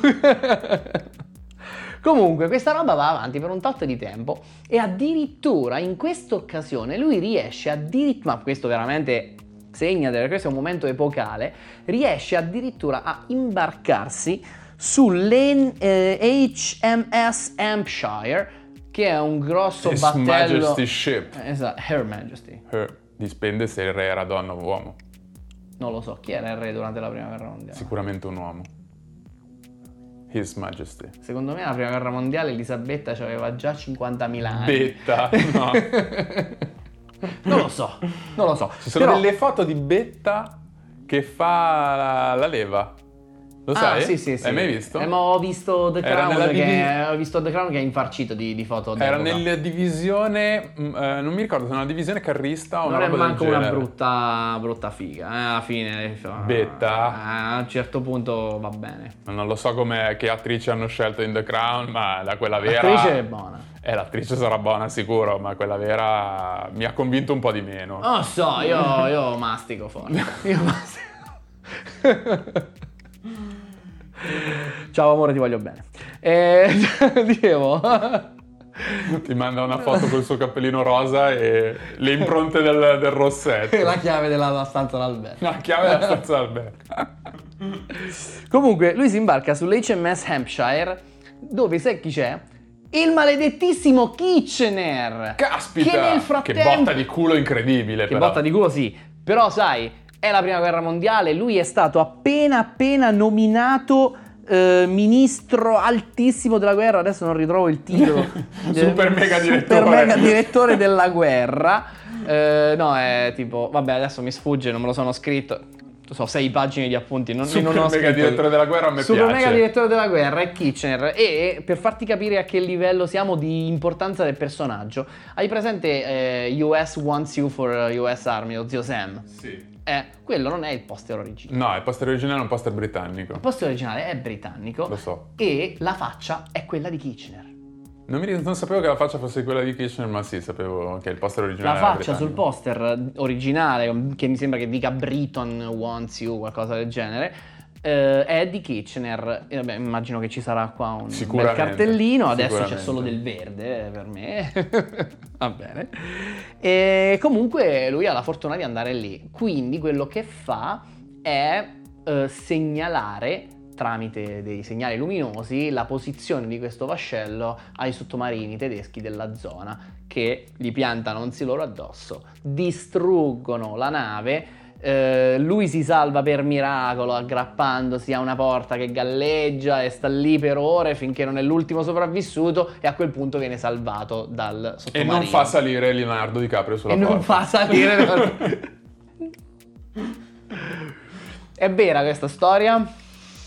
Comunque questa roba va avanti per un tot di tempo e addirittura in questa occasione lui riesce addirittura, ma questo veramente segnate perché questo è un momento epocale, riesce addirittura a imbarcarsi sull'H M S Hampshire che è un grosso His battello... Majesty's ship. Eh, Esatto, Her Majesty. Her. Dipende se il re era donna o uomo. Non lo so, chi era il re durante la prima guerra mondiale? Sicuramente un uomo. His Majesty. Secondo me la prima guerra mondiale Elisabetta aveva già cinquantamila anni. Betta, no. Non lo so, non lo so. Ci sono Però... delle foto di Betta che fa la, la leva. Lo ah, sai? sì, sì, sì. L'hai mai visto? Eh, ma ho visto The Era Crown nella che, divi- ho visto The Crown che è infarcito di, di foto. Era d'epoca. nella divisione, mh, eh, non mi ricordo se era una divisione carrista o Non una è roba del manco una genere. brutta, brutta figa, eh, alla fine. Betta? eh, a un certo punto va bene. Non lo so come che attrice hanno scelto in The Crown, ma da quella vera... L'attrice è buona. Eh, l'attrice sarà buona sicuro, ma quella vera mi ha convinto un po' di meno. Non so, io, io mastico forte. Io mastico. Ciao amore, ti voglio bene. Eh, dicevo... Ti manda una foto col suo cappellino rosa e le impronte del, del rossetto. La chiave della stanza d'albergo. La chiave della stanza d'albergo. Comunque, lui si imbarca sull'H M S Hampshire, dove sai chi c'è? Il maledettissimo Kitchener! Caspita! Che nel frattempo... Che botta di culo incredibile, Che però. botta di culo, sì. Però, sai, è la prima guerra mondiale, lui è stato appena appena nominato eh, ministro altissimo della guerra, adesso non ritrovo il titolo. Super mega direttore. Super mega direttore della guerra. Eh, no, è tipo, vabbè, adesso mi sfugge, non me lo sono scritto. So, sei pagine di appunti, non, Super non ho mega scritto. direttore della guerra a me Super piace. mega direttore della guerra è Kitchener. E per farti capire a che livello siamo di importanza del personaggio, hai presente eh, U S wants you for U S Army, lo zio Sam? Sì. Eh, quello non è il poster originale. No, il poster originale è un poster britannico. Il poster originale è britannico. Lo so. E la faccia è quella di Kitchener. Non, mi, non sapevo che la faccia fosse quella di Kitchener, ma sì, sapevo che il poster La originale era faccia sul britannico. poster originale, che mi sembra che dica Briton wants you, qualcosa del genere, eh, è di Kitchener. E vabbè, immagino che ci sarà qua un bel Sicuramente, cartellino. Adesso c'è sicuramente. solo del verde eh, per me. Va bene. E comunque lui ha la fortuna di andare lì. Quindi quello che fa è eh, segnalare tramite dei segnali luminosi la posizione di questo vascello ai sottomarini tedeschi della zona, che gli piantano un loro addosso, distruggono la nave. Eh, lui si salva per miracolo aggrappandosi a una porta che galleggia e sta lì per ore finché non è l'ultimo sopravvissuto, e a quel punto viene salvato dal E sottomarino. non fa salire Leonardo DiCaprio sulla E porta. non fa salire. È vera questa storia?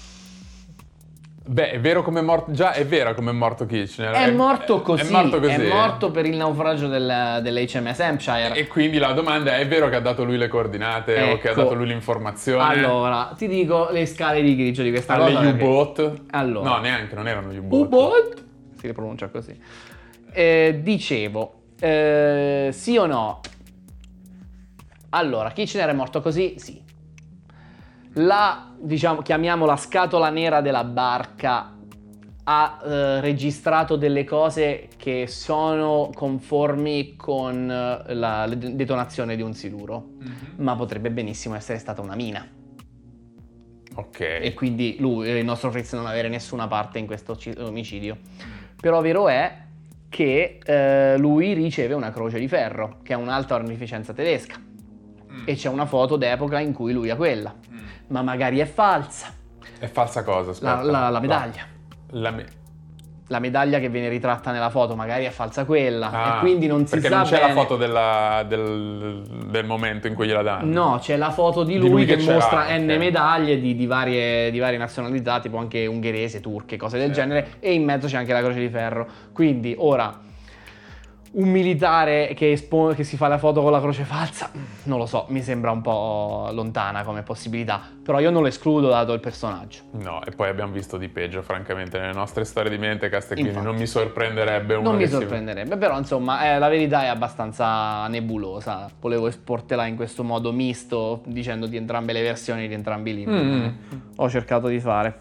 Beh, è vero come è morto. Già è vera come è morto Kitchener. È morto così, È morto così. è morto per il naufragio del, dell'H M S Hampshire. E quindi la domanda è: è vero che ha dato lui le coordinate o che ha Ecco. dato lui l'informazione? Allora, ti dico le scale di grigio di questa Alle cosa. perché- U-boat? Allora. No, neanche, non erano U-boat. U-boat? Si pronuncia così. Eh, dicevo, eh, sì o no? Allora, Kitchener è morto così? Sì. La, diciamo, chiamiamola scatola nera della barca, ha eh, registrato delle cose che sono conformi con eh, la detonazione di un siluro, Mm-hmm. ma potrebbe benissimo essere stata una mina. Ok. E quindi lui, il nostro Fritz, non avere nessuna parte in questo ci- omicidio. Però vero è che eh, lui riceve una croce di ferro, che è un'alta onorificenza tedesca, Mm. e c'è una foto d'epoca in cui lui ha quella, Mm. ma magari è falsa. È falsa cosa? La, Aspetta. la- la medaglia. La me- La medaglia che viene ritratta nella foto magari è falsa quella, Ah, e quindi non si perché sa non c'è bene. la foto della- del, del momento in cui gliela danno. No, c'è la foto di Di lui, lui che, che ce mostra l'ha, n ok. medaglie di, di varie, di varie nazionalità, tipo anche ungherese, turche, cose del Certo. genere, e in mezzo c'è anche la croce di ferro. Quindi ora un militare che, espo- che si fa la foto con la croce falsa, non lo so, mi sembra un po' lontana come possibilità, però io non lo escludo dato il personaggio. No, e poi abbiamo visto di peggio, francamente, nelle nostre storie di Mentecast, e quindi Infatti. non mi sorprenderebbe uno Non mi che si- sorprenderebbe, però insomma eh, la verità è abbastanza nebulosa. Volevo esportela in questo modo misto, dicendo di entrambe le versioni di entrambi i libri. Mm. Ho cercato di fare.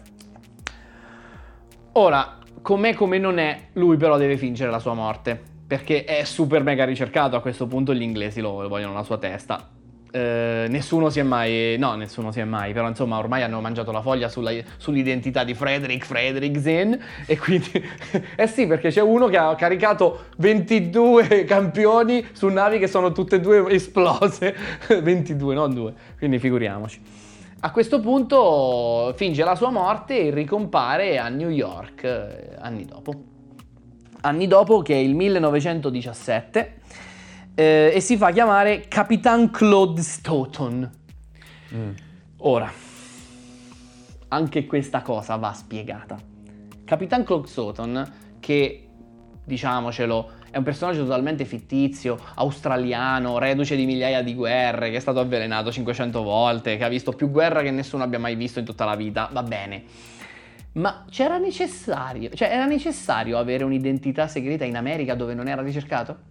Ora, com'è come non è, lui però deve fingere la sua morte, perché è super mega ricercato. A questo punto gli inglesi lo, lo vogliono la sua testa. Eh, nessuno si è mai, no, nessuno si è mai, però insomma ormai hanno mangiato la foglia sulla, sull'identità di Frederick Fredriksen e quindi, eh sì, perché c'è uno che ha caricato ventidue campioni su navi che sono tutte e due esplose, ventidue, non due, quindi figuriamoci. A questo punto finge la sua morte e ricompare a New York eh, anni dopo. Anni dopo, che è il millenovecentodiciassette, eh, e si fa chiamare Capitan Claude Stoughton. Mm. Ora, anche questa cosa va spiegata. Capitan Claude Stoughton, che, diciamocelo, è un personaggio totalmente fittizio, australiano, reduce di migliaia di guerre, che è stato avvelenato cinquecento volte, che ha visto più guerre che nessuno abbia mai visto in tutta la vita, va bene. Ma c'era necessario, cioè era necessario avere un'identità segreta in America dove non era ricercato?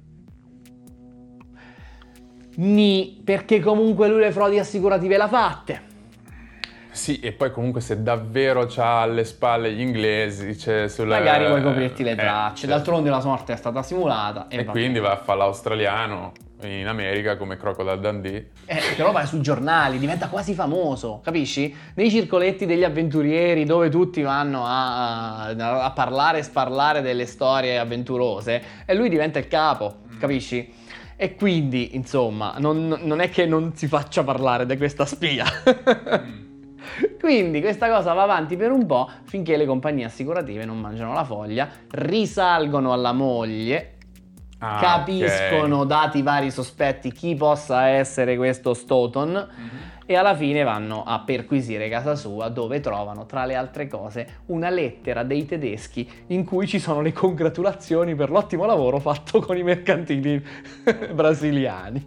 Ni, perché comunque lui le frodi assicurative l'ha fatte. Sì, e poi comunque se davvero c'ha alle spalle gli inglesi, cioè sulla... magari vuoi coprirti le tracce, eh, d'altronde la sua morte è stata simulata. E, e quindi va a fare l'australiano in America come Crocodile Dundee. Eh, però vai sui giornali, diventa quasi famoso, capisci? Nei circoletti degli avventurieri dove tutti vanno a, a, a parlare e sparlare delle storie avventurose e lui diventa il capo, capisci? E quindi, insomma, non, non è che non si faccia parlare di questa spia. Quindi questa cosa va avanti per un po' finché le compagnie assicurative non mangiano la foglia, risalgono alla moglie, ah, capiscono, okay, dati vari sospetti, chi possa essere questo Stoughton, mm-hmm, e alla fine vanno a perquisire casa sua, dove trovano, tra le altre cose, una lettera dei tedeschi in cui ci sono le congratulazioni per l'ottimo lavoro fatto con i mercantili brasiliani.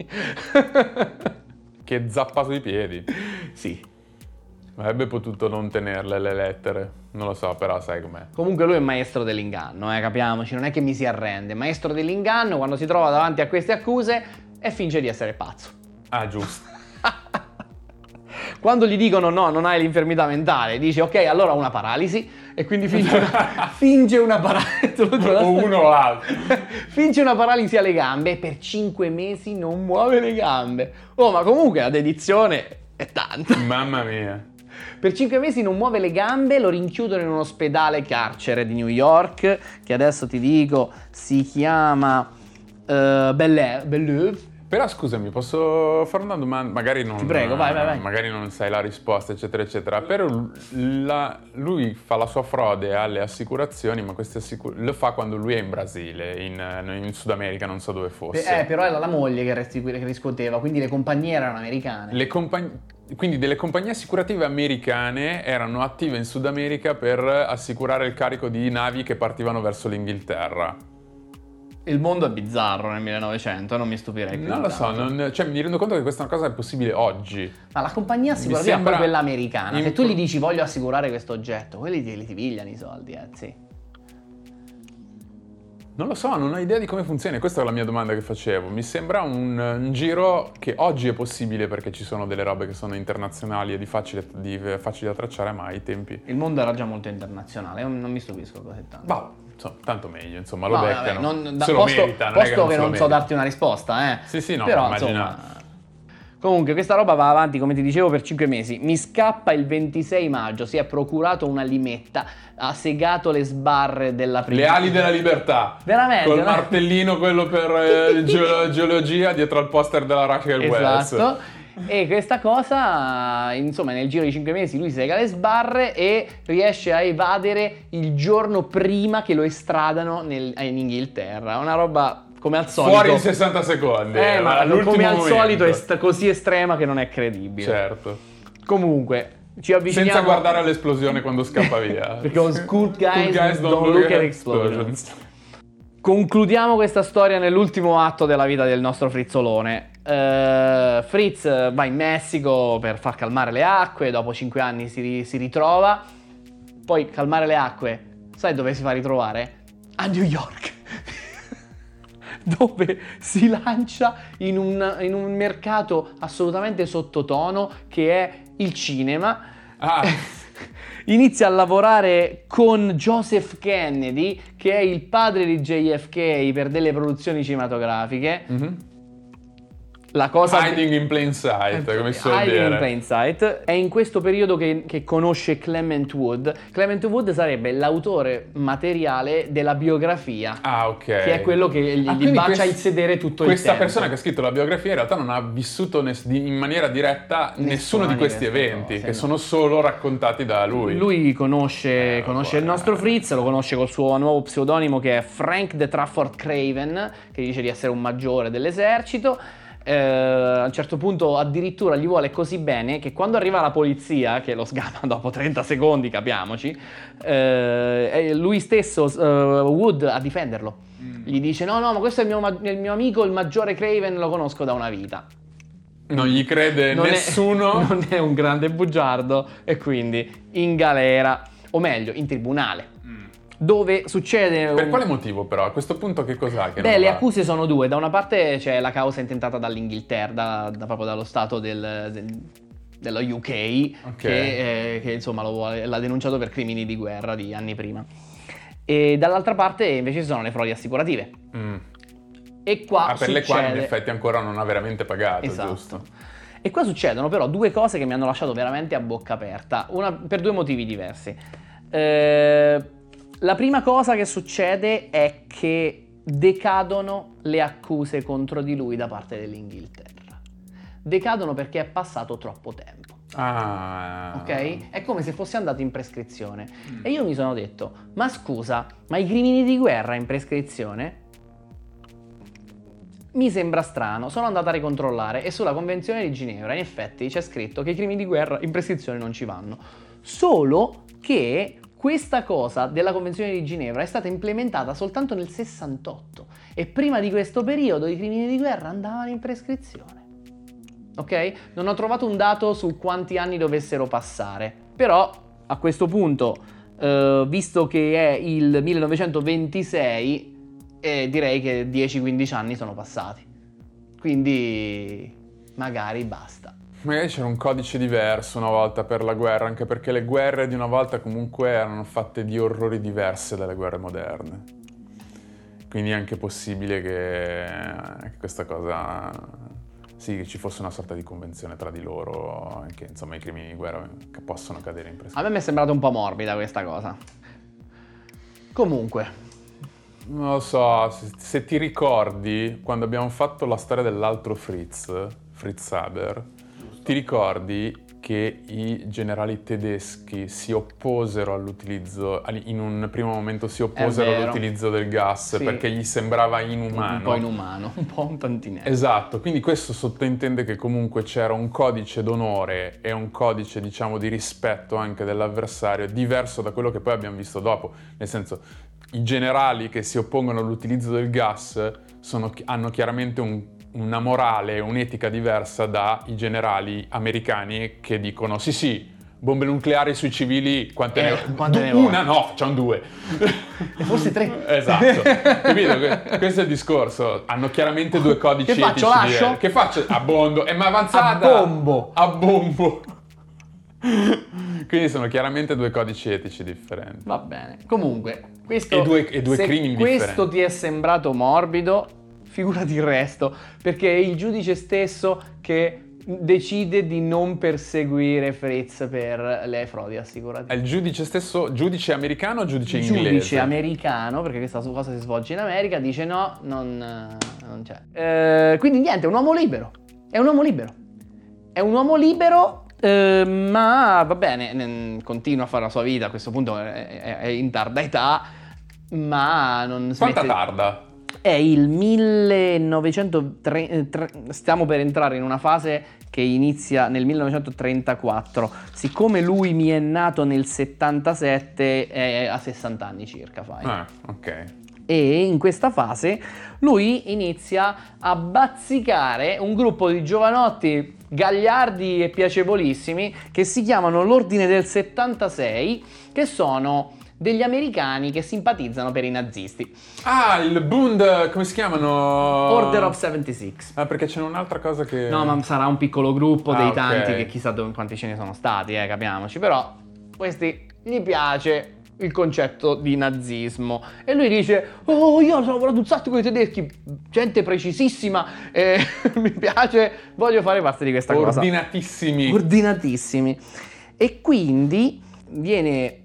Che zappato di piedi. Sì. Avrebbe potuto non tenerle le lettere, non lo so, però sai com'è. Comunque lui è maestro dell'inganno, eh, capiamoci, non è che mi si arrende, maestro dell'inganno quando si trova davanti a queste accuse e finge di essere pazzo. Ah, giusto. Quando gli dicono no, non hai l'infermità mentale, dice ok, allora ho una paralisi, e quindi finge una, finge una paralisi. O uno o l'altro. Finge una paralisi alle gambe e per cinque mesi non muove le gambe. Oh, ma comunque la dedizione è tanta. Mamma mia. Per cinque mesi non muove le gambe, lo rinchiudono in un ospedale carcere di New York, che adesso ti dico si chiama uh, Belle- Bellevue. Però scusami, posso fare una domanda? Magari non, ti prego, vai, vai, vai. Magari non sai la risposta, eccetera, eccetera. Però la, lui fa la sua frode alle assicurazioni, ma queste assicur- lo fa quando lui è in Brasile, in, in Sud America, non so dove fosse. Eh, però era la moglie che, resti- che riscuoteva, quindi le compagnie erano americane. Le compagnie... Quindi delle compagnie assicurative americane erano attive in Sud America per assicurare il carico di navi che partivano verso l'Inghilterra. Il mondo è bizzarro nel millenovecento, non mi stupirei più. Non lo so, non, cioè mi rendo conto che questa cosa è possibile oggi. Ma la compagnia assicurativa è poi quella americana. Imp- Se tu gli dici voglio assicurare questo oggetto, quelli ti, ti pigliano i soldi, eh, sì. Non lo so, non ho idea di come funziona, questa è la mia domanda che facevo. Mi sembra un, un giro che oggi è possibile perché ci sono delle robe che sono internazionali e di facile, di facile da tracciare, ma ai tempi... Il mondo era già molto internazionale, non, non mi stupisco così tanto. Bah, insomma, tanto meglio, insomma, lo no, beccano. Vabbè, non, da, se posto, lo meritano. Posto non che non so merita. darti una risposta, eh. Sì, sì, no, però immagina. Insomma... Comunque questa roba va avanti, come ti dicevo, per cinque mesi. Mi scappa il ventisei maggio, si è procurato una limetta, ha segato le sbarre della prima. Le ali della libertà. Veramente. Col no? martellino, quello per eh, ge- geologia, dietro al poster della Rachel Wells. Esatto. E questa cosa, insomma, nel giro di cinque mesi lui sega le sbarre e riesce a evadere il giorno prima che lo estradano nel, in Inghilterra. Una roba... come al solito. Fuori in sessanta secondi. Eh, ma all'ultimo come al momento. solito è st- così estrema che non è credibile. Certo. Comunque, ci avviciniamo... Senza guardare all'esplosione quando scappa via. Because good guys, good guys don't, don't look at explosions. explosions. Concludiamo questa storia nell'ultimo atto della vita del nostro frizzolone. Uh, Fritz va in Messico per far calmare le acque, dopo cinque anni si, ri- si ritrova. Poi calmare le acque, sai dove si fa ritrovare? A New York. Dove si lancia in un, in un mercato assolutamente sottotono che è il cinema. Ah. Inizia a lavorare con Joseph Kennedy, che è il padre di J F K, per delle produzioni cinematografiche. Mm-hmm. La cosa hiding in plain sight, come si suol hiding dire. in plain sight. È in questo periodo che, che conosce Clement Wood. Clement Wood sarebbe l'autore materiale della biografia. Ah, ok. Che è quello che gli, Ah, gli quindi bacia quest- il sedere tutto il tempo. Questa persona che ha scritto la biografia in realtà non ha vissuto ness- di- in maniera diretta Nessuna nessuno di di questi queste eventi, cose, che no. sono solo raccontati da lui. Lui conosce, Eh, conosce il guarda. nostro Fritz, lo conosce col suo nuovo pseudonimo che è Frank de Trafford Craven, che dice di essere un maggiore dell'esercito. Eh, a un certo punto addirittura gli vuole così bene che quando arriva la polizia, che lo sgama dopo trenta secondi, capiamoci, eh, è lui stesso, eh, Wood, a difenderlo. Mm. Gli dice no no ma questo è il mio, ma- il mio amico, il maggiore Craven, lo conosco da una vita. Non gli crede Non è- nessuno. non è un grande bugiardo e quindi in galera, o meglio in tribunale, dove succede Per un- quale motivo però? A questo punto che cos'ha che Beh, non le va? accuse sono due. Da una parte c'è la causa intentata dall'Inghilterra, da, da- proprio dallo stato del, del- dello U K, Ok. che, eh, che, insomma lo vuole- l'ha denunciato per crimini di guerra di anni prima. E dall'altra parte invece ci sono le frodi assicurative. Mm. E qua Ah, per le quali in succede- effetti ancora non ha veramente pagato, Esatto. giusto? E qua succedono però due cose che mi hanno lasciato veramente a bocca aperta, una, per due motivi diversi. Eh, la prima cosa che succede è che decadono le accuse contro di lui da parte dell'Inghilterra. Decadono perché è passato troppo tempo. Ah. Ok? È come se fosse andato in prescrizione. E io mi sono detto, ma scusa, ma i crimini di guerra in prescrizione? Mi sembra strano, sono andata a ricontrollare e sulla Convenzione di Ginevra in effetti c'è scritto che i crimini di guerra in prescrizione non ci vanno. Solo che questa cosa della Convenzione di Ginevra è stata implementata soltanto nel sessantotto e prima di questo periodo i crimini di guerra andavano in prescrizione. Ok? Non ho trovato un dato su quanti anni dovessero passare, però a questo punto, eh, visto che è il millenovecentoventisei, e direi che dieci quindici anni sono passati, quindi magari basta. Magari c'era un codice diverso una volta per la guerra, anche perché le guerre di una volta comunque erano fatte di orrori diverse dalle guerre moderne. Quindi è anche possibile che, che questa cosa, sì, che ci fosse una sorta di convenzione tra di loro, che insomma i crimini di guerra che possono cadere in A prescrizione. me mi è sembrata un po' morbida questa cosa. Comunque, Non lo so, se, se ti ricordi quando abbiamo fatto la storia dell'altro Fritz, Fritz Haber, ti ricordi che i generali tedeschi si opposero all'utilizzo, in un primo momento si opposero vero. all'utilizzo del gas Sì. perché gli sembrava inumano. un po' inumano, un po' un tantinello. Esatto, quindi questo sottintende che comunque c'era un codice d'onore e un codice, diciamo, di rispetto anche dell'avversario diverso da quello che poi abbiamo visto dopo. Nel senso, i generali che si oppongono all'utilizzo del gas sono, hanno chiaramente un, una morale, un'etica diversa dai generali americani che dicono sì sì, bombe nucleari sui civili, quante Eh, ne ho? quante Du- ne vuoi? Una no, facciamo due. E forse tre. Esatto, capito? Que- Questo è il discorso. Hanno chiaramente due codici Che faccio, etici lascio? diversi. Che faccio? A bondo. È ma avanzata. A bombo. A bombo. Quindi sono chiaramente due codici etici differenti. Va bene. Comunque, questo, E due- e due se crimini questo differenti. ti è sembrato morbido, figurati il resto, perché è il giudice stesso che decide di non perseguire Fritz per le frodi È assicurative. il giudice stesso, giudice americano o giudice inglese? Giudice americano, perché questa cosa si svolge in America, dice no, non, eh, non c'è. Eh, quindi niente, è un uomo libero. È un uomo libero. È un uomo libero, eh, ma va bene, n- continua a fare la sua vita, a questo punto è, è- è in tarda età, ma non Quanta smette... tarda? È il millenovecentotrenta, stiamo per entrare in una fase che inizia nel millenovecentotrentaquattro. Siccome lui mi è nato nel settantasette, è a sessanta anni circa, fai. Ah, ok. E in questa fase lui inizia a bazzicare un gruppo di giovanotti gagliardi e piacevolissimi che si chiamano l'Ordine del settantasei, che sono degli americani che simpatizzano per i nazisti. Ah, il Bund, come si chiamano? Order of settantasei. Ah, perché c'è un'altra cosa che... No, ma sarà un piccolo gruppo Ah, dei ok. tanti che chissà dove, quanti ce ne sono stati, eh, capiamoci. Però questi gli piace il concetto di nazismo. E lui dice: oh, io ho lavorato un sacco con i tedeschi, gente precisissima, eh, mi piace, voglio fare parte di questa cosa. Ordinatissimi. Ordinatissimi. E quindi viene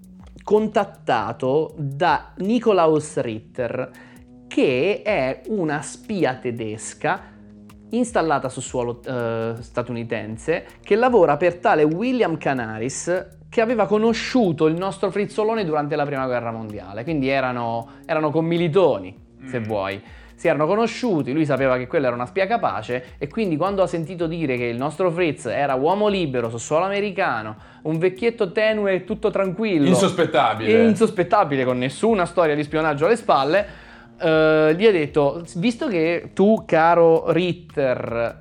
contattato da Nikolaus Ritter, che è una spia tedesca installata su suolo eh, statunitense, che lavora per tale William Canaris, che aveva conosciuto il nostro frizzolone durante la prima guerra mondiale, quindi erano, erano commilitoni, se vuoi. Si erano conosciuti, lui sapeva che quella era una spia capace, e quindi quando ha sentito dire che il nostro Fritz era uomo libero su suolo americano, un vecchietto tenue e tutto tranquillo, insospettabile, insospettabile con nessuna storia di spionaggio alle spalle, uh, gli ha detto: visto che tu, caro Ritter,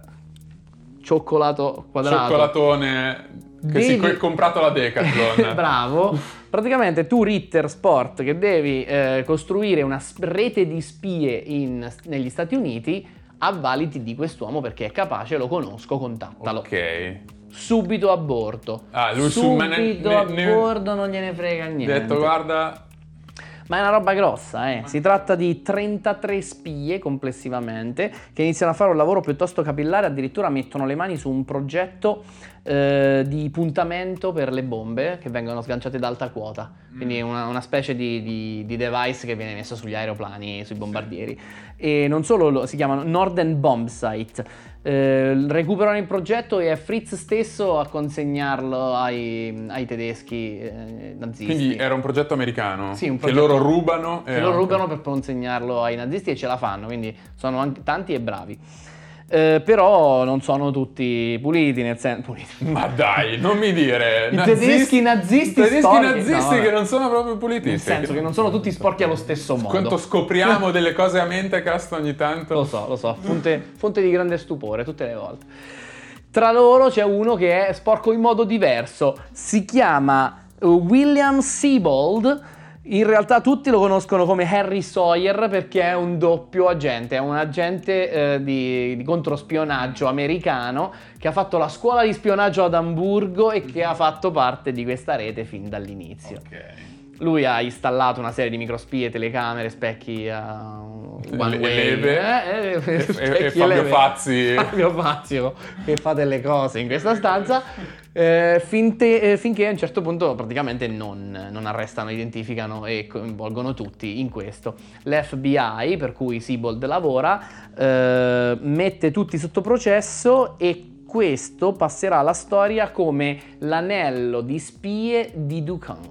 cioccolato quadrato, cioccolatone che devi... si è comprato la Decathlon. Bravo. Praticamente tu, Ritter Sport, che devi eh, costruire una rete di spie in, negli Stati Uniti, avvaliti di quest'uomo perché è capace, lo conosco, contattalo. Ok. Subito a bordo. Ah, lui Subito su, a ne, bordo, non gliene frega niente. Detto, guarda... Ma è una roba grossa, eh. Si tratta di trentatré spie complessivamente, che iniziano a fare un lavoro piuttosto capillare, addirittura mettono le mani su un progetto eh, di puntamento per le bombe che vengono sganciate da alta quota, quindi una, una specie di, di, di device che viene messo sugli aeroplani, sui bombardieri. E non solo, lo, si chiamano Norden Bomb Sight. Eh, recuperano il progetto e è Fritz stesso a consegnarlo ai, ai tedeschi eh, nazisti. Quindi era un progetto americano, sì, un che progetto loro rubano. Che e loro anche... rubano per consegnarlo ai nazisti, e ce la fanno, quindi sono anche tanti e bravi. Eh, però non sono tutti puliti, nel senso... Puliti. Ma dai, non mi dire! I tedeschi nazisti I tedeschi sporchi. nazisti No, che non sono proprio puliti. Nel senso che non sono tutti sporchi allo stesso modo. Quanto scopriamo delle cose a mente cast ogni tanto. Lo so, lo so, fonte, fonte di grande stupore tutte le volte. Tra loro c'è uno che è sporco in modo diverso, si chiama William Siebold. In realtà tutti lo conoscono come Harry Sawyer perché è un doppio agente, è un agente eh, di, di controspionaggio americano che ha fatto la scuola di spionaggio ad Amburgo e che ha fatto parte di questa rete fin dall'inizio. Ok. Lui ha installato una serie di microspie, telecamere, specchi a one Le- way, leve. eh, eh, E- specchi e Fabio leve. Fazzi. Fabio Fazio che fa delle cose in questa stanza eh, finte- eh, finché a un certo punto praticamente non, non arrestano, identificano e coinvolgono tutti in questo. L'F B I, per cui Siebold lavora, eh, mette tutti sotto processo, e questo passerà alla storia come l'anello di spie di Dupin.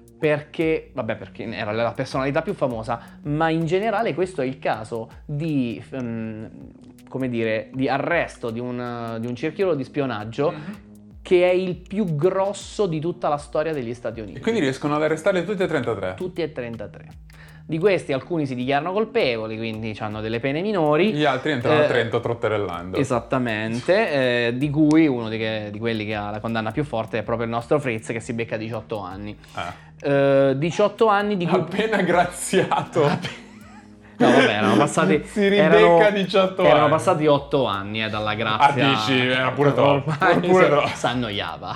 Perché, vabbè, perché era la personalità più famosa, ma in generale questo è il caso di, um, come dire, di arresto di un, di un cerchio di spionaggio mm-hmm. che è il più grosso di tutta la storia degli Stati Uniti. E quindi riescono ad arrestarli tutti e trentatré? Tutti e trentatré. Di questi alcuni si dichiarano colpevoli, quindi hanno delle pene minori. Gli altri entrano eh, a Trento trotterellando. Esattamente, eh, di cui uno di, che, di quelli che ha la condanna più forte è proprio il nostro Fritz, che si becca diciotto anni. Ah. Eh, diciotto anni di cui... Appena graziato. No, vabbè, erano passati... Si ribecca erano, diciotto erano anni. passati otto anni eh, dalla grazia. Ah, dici, era pure troppo. Ormai Pure si- troppo. si annoiava.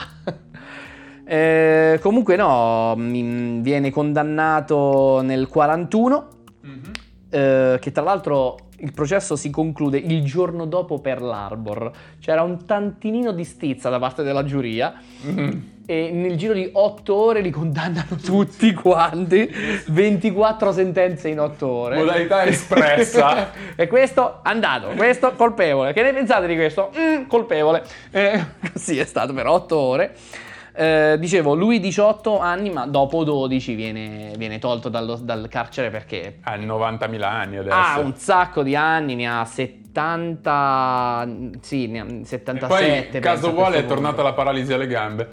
Eh, comunque no, mh, viene condannato nel quarantuno, mm-hmm. eh, che tra l'altro il processo si conclude il giorno dopo Pearl Harbor. C'era un tantinino di stizza da parte della giuria, mm-hmm. e nel giro di otto ore li condannano tutti quanti, ventiquattro sentenze in otto ore. Modalità espressa. E questo andato, questo colpevole. Che ne pensate di questo? Mm, colpevole. Eh, così è stato per otto ore. Eh, dicevo, lui diciotto anni, ma dopo dodici viene, viene tolto dallo, dal carcere perché Ha novantamila anni adesso. ha un sacco di anni, ne ha settanta, sì, ne ha settantasette. E poi, caso vuole, è punto. tornata la paralisi alle gambe.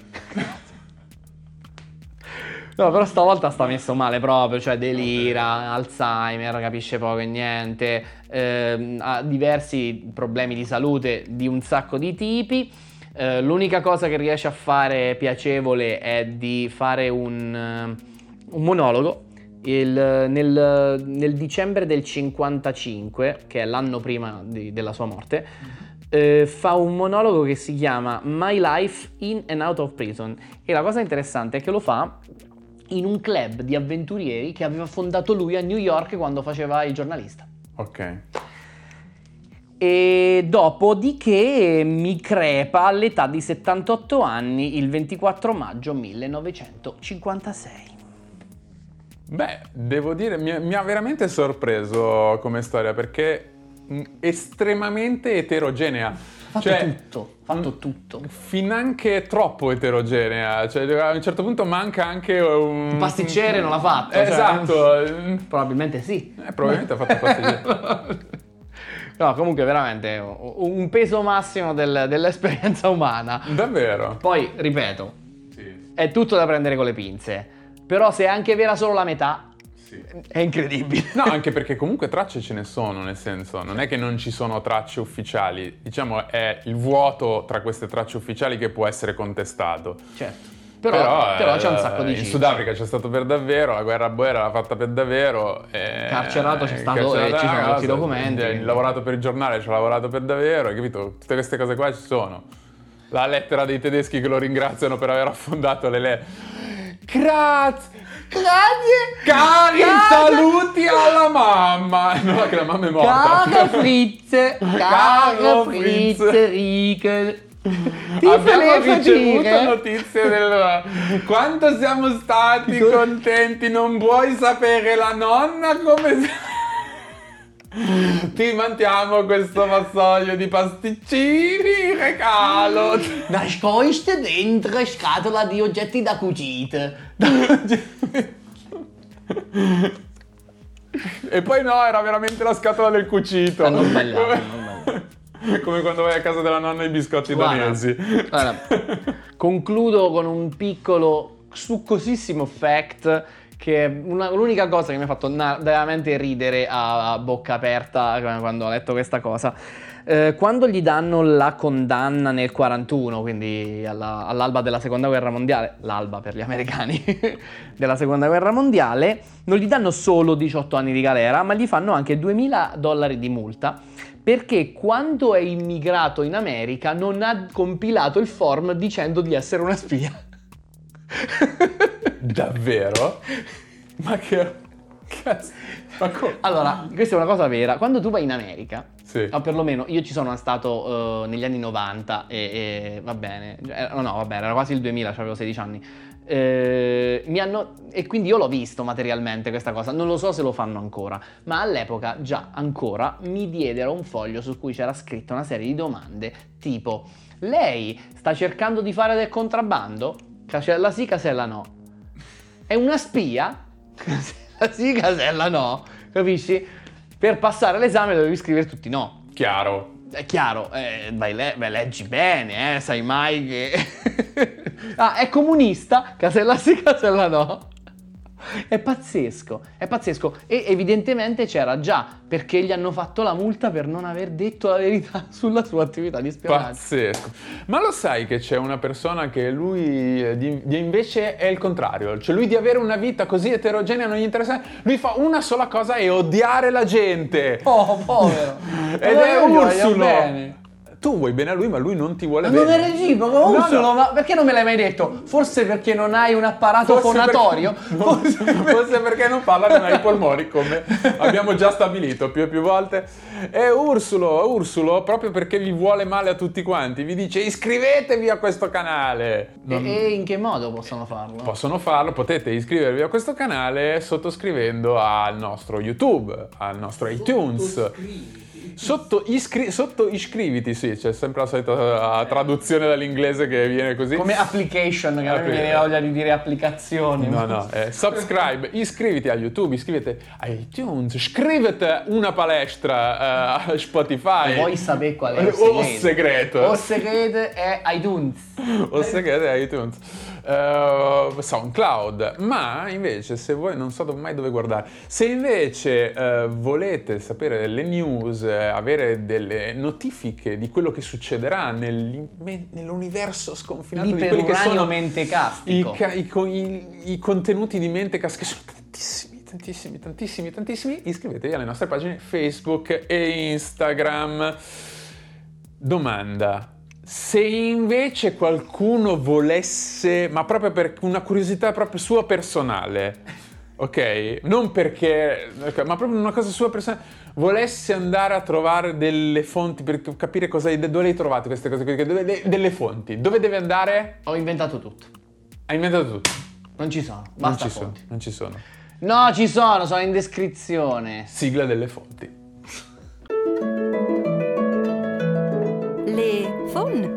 No, però stavolta sta messo male proprio, cioè delira, Alzheimer, capisce poco e niente, ehm, ha diversi problemi di salute di un sacco di tipi. Uh, l'unica cosa che riesce a fare piacevole è di fare un, uh, un monologo il, nel, nel dicembre del cinquantacinque, che è l'anno prima di, della sua morte. Uh, fa un monologo che si chiama My Life in and Out of Prison, e la cosa interessante è che lo fa in un club di avventurieri che aveva fondato lui a New York quando faceva il giornalista. Ok. E dopodiché mi crepa all'età di settantotto anni il ventiquattro maggio millenovecentocinquantasei. Beh, devo dire, mi, mi ha veramente sorpreso come storia perché mh, estremamente eterogenea. Fatto cioè, tutto, fatto tutto. Finanche troppo eterogenea. Cioè, a un certo punto manca anche un... Un pasticcere non l'ha fatto. Eh, cioè, esatto. Probabilmente sì. Eh, probabilmente ha fatto pasticcere. No, comunque veramente un peso massimo del- dell'esperienza umana. Davvero? Poi, ripeto, Sì. è tutto da prendere con le pinze. Però se è anche vera solo la metà, Sì. è incredibile. No, anche perché comunque tracce ce ne sono, nel senso, non è che non ci sono tracce ufficiali, diciamo è il vuoto tra queste tracce ufficiali che può essere contestato. Certo. Però, però, c'è un sacco di in cifre. Sudafrica c'è stato per davvero, la guerra boera l'ha fatta per davvero. E, Carcerato c'è stato e ci sono tutti i documenti. Grazie! Cari Grazie. saluti alla mamma! No, che la mamma è morta. Caro Fritz! Caro Caro Fritz. Fritz Riegel! Ti Abbiamo volevo ricevuto dire- notizie del... Quanto siamo stati Dico- contenti, non vuoi sapere la nonna come... Ti mandiamo questo vassoio di pasticcini, regalo! Nascoste dentro scatola di oggetti da cucita. E poi no, era veramente la scatola del cucito. Hanno sbagliato, hanno sbagliato. Come quando vai a casa della nonna e i biscotti Guarda, danesi. guarda, concludo con un piccolo succosissimo fact che è una- l'unica cosa che mi ha fatto na- veramente ridere a, a bocca aperta quando ho letto questa cosa. Eh, quando gli danno la condanna nel quarantuno, quindi alla- all'alba della seconda guerra mondiale, l'alba per gli americani della seconda guerra mondiale, non gli danno solo diciotto anni di galera, ma gli fanno anche duemila dollari di multa perché quando è immigrato in America non ha compilato il form dicendo di essere una spia. Davvero? Ma che... Cazzo? Ma come? Allora, questa è una cosa vera. Quando tu vai in America, Sì. o perlomeno io ci sono stato eh, negli anni novanta e, e va bene, eh, no, no, va bene, era quasi il duemila, cioè avevo sedici anni. Eh, mi hanno, e quindi io l'ho visto materialmente questa cosa, non lo so se lo fanno ancora, ma all'epoca già ancora mi diedero un foglio su cui c'era scritto una serie di domande tipo: lei sta cercando di fare del contrabbando? Casella sì, casella no. È una spia? Casella sì, casella no. Capisci? Per passare l'esame dovevi scrivere tutti no. Chiaro. È chiaro, eh, vai, le- vai, leggi bene, eh, sai mai che... ah, è comunista? Casella sì, casella no. È pazzesco, è pazzesco. E evidentemente c'era già, perché gli hanno fatto la multa per non aver detto la verità sulla sua attività di spionaggio. Pazzesco. Ma lo sai che c'è una persona che lui eh, di, di invece è il contrario, cioè lui di avere una vita così eterogenea non gli interessa, lui fa una sola cosa e odiare la gente. Oh, povero. Ed Allora è io gli voglio Ursulo. bene. Tu vuoi bene a lui, ma lui non ti vuole Ma non bene. è reciproco, No, Ursulo, no. ma perché non me l'hai mai detto? Forse perché non hai un apparato Forse fonatorio? perché, forse, forse perché non parla, non hai i polmoni, come abbiamo già stabilito più e più volte. E Ursulo, Ursulo, proprio perché vi vuole male a tutti quanti, vi dice iscrivetevi a questo canale. Non- E, e in che modo possono farlo? Possono farlo, potete iscrivervi a questo canale sottoscrivendo al nostro YouTube, al nostro iTunes. Sotto, iscri- sotto iscriviti, sì, c'è sempre la solita uh, traduzione dall'inglese che viene così. Come application, che a me mi viene voglia di dire applicazione. No, no, eh, subscribe, iscriviti a YouTube, iscriviti a iTunes, scrivete una palestra uh, a Spotify. Vuoi sapere qual è il O segreto? segreto. O segreto è iTunes. O segreto a iTunes. Uh, SoundCloud. Ma invece, se voi non so mai dove guardare, se invece uh, volete sapere le news, eh, avere delle notifiche di quello che succederà nel- nell'universo sconfinato di quelli che sono mente i, castico. ca- i co- i- i contenuti di Mentecast, che sono tantissimi, tantissimi, tantissimi, tantissimi, iscrivetevi alle nostre pagine Facebook e Instagram. Domanda: Se invece qualcuno volesse, ma proprio per una curiosità proprio sua personale, ok? Non perché, ma proprio una cosa sua personale, volesse andare a trovare delle fonti per capire cosa, dove le hai trovate queste cose, dove, delle fonti, dove deve andare? Ho inventato tutto. Hai inventato tutto? Non ci sono, basta non ci fonti. sono, non ci sono. No, ci sono, sono in descrizione. Sigla delle fonti. Le fonti.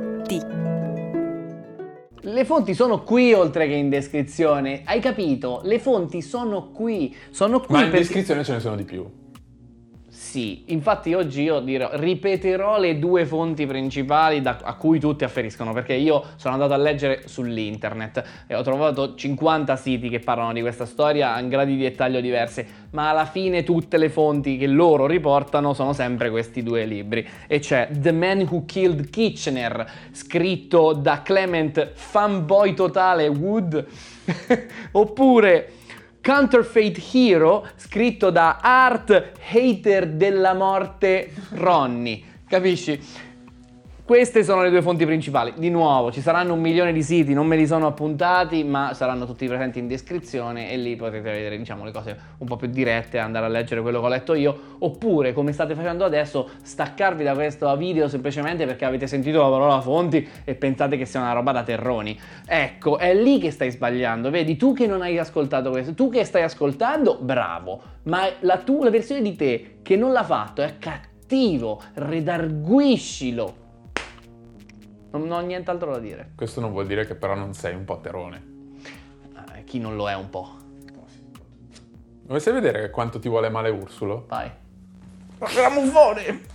Le fonti sono qui oltre che in descrizione. Hai capito? Le fonti sono qui. Sono qui Ma in perché... descrizione ce ne sono di più. Sì, infatti oggi io dirò, ripeterò le due fonti principali da, a cui tutti afferiscono, perché io sono andato a leggere sull'internet e ho trovato cinquanta siti che parlano di questa storia in gradi di dettaglio diversi, ma alla fine tutte le fonti che loro riportano sono sempre questi due libri. E c'è The Man Who Killed Kitchener, scritto da Clement fanboy totale Wood, oppure Counterfeit Hero, scritto da Art Hater della morte Ronnie. Capisci? Queste sono le due fonti principali. Di nuovo, ci saranno un milione di siti, non me li sono appuntati, ma saranno tutti presenti in descrizione e lì potete vedere, diciamo, le cose un po' più dirette, andare a leggere quello che ho letto io, oppure, come state facendo adesso, staccarvi da questo video semplicemente perché avete sentito la parola fonti e pensate che sia una roba da terroni. Ecco, è lì che stai sbagliando, vedi? Tu che non hai ascoltato questo, tu che stai ascoltando, bravo, ma la tua la versione di te che non l'ha fatto è cattivo, redarguiscilo. Non ho nient'altro da dire. Questo non vuol dire che però non sei un po' terone. Eh, chi non lo è un po'? Vuoi vedere quanto ti vuole male Ursulo? Vai. Grammofone!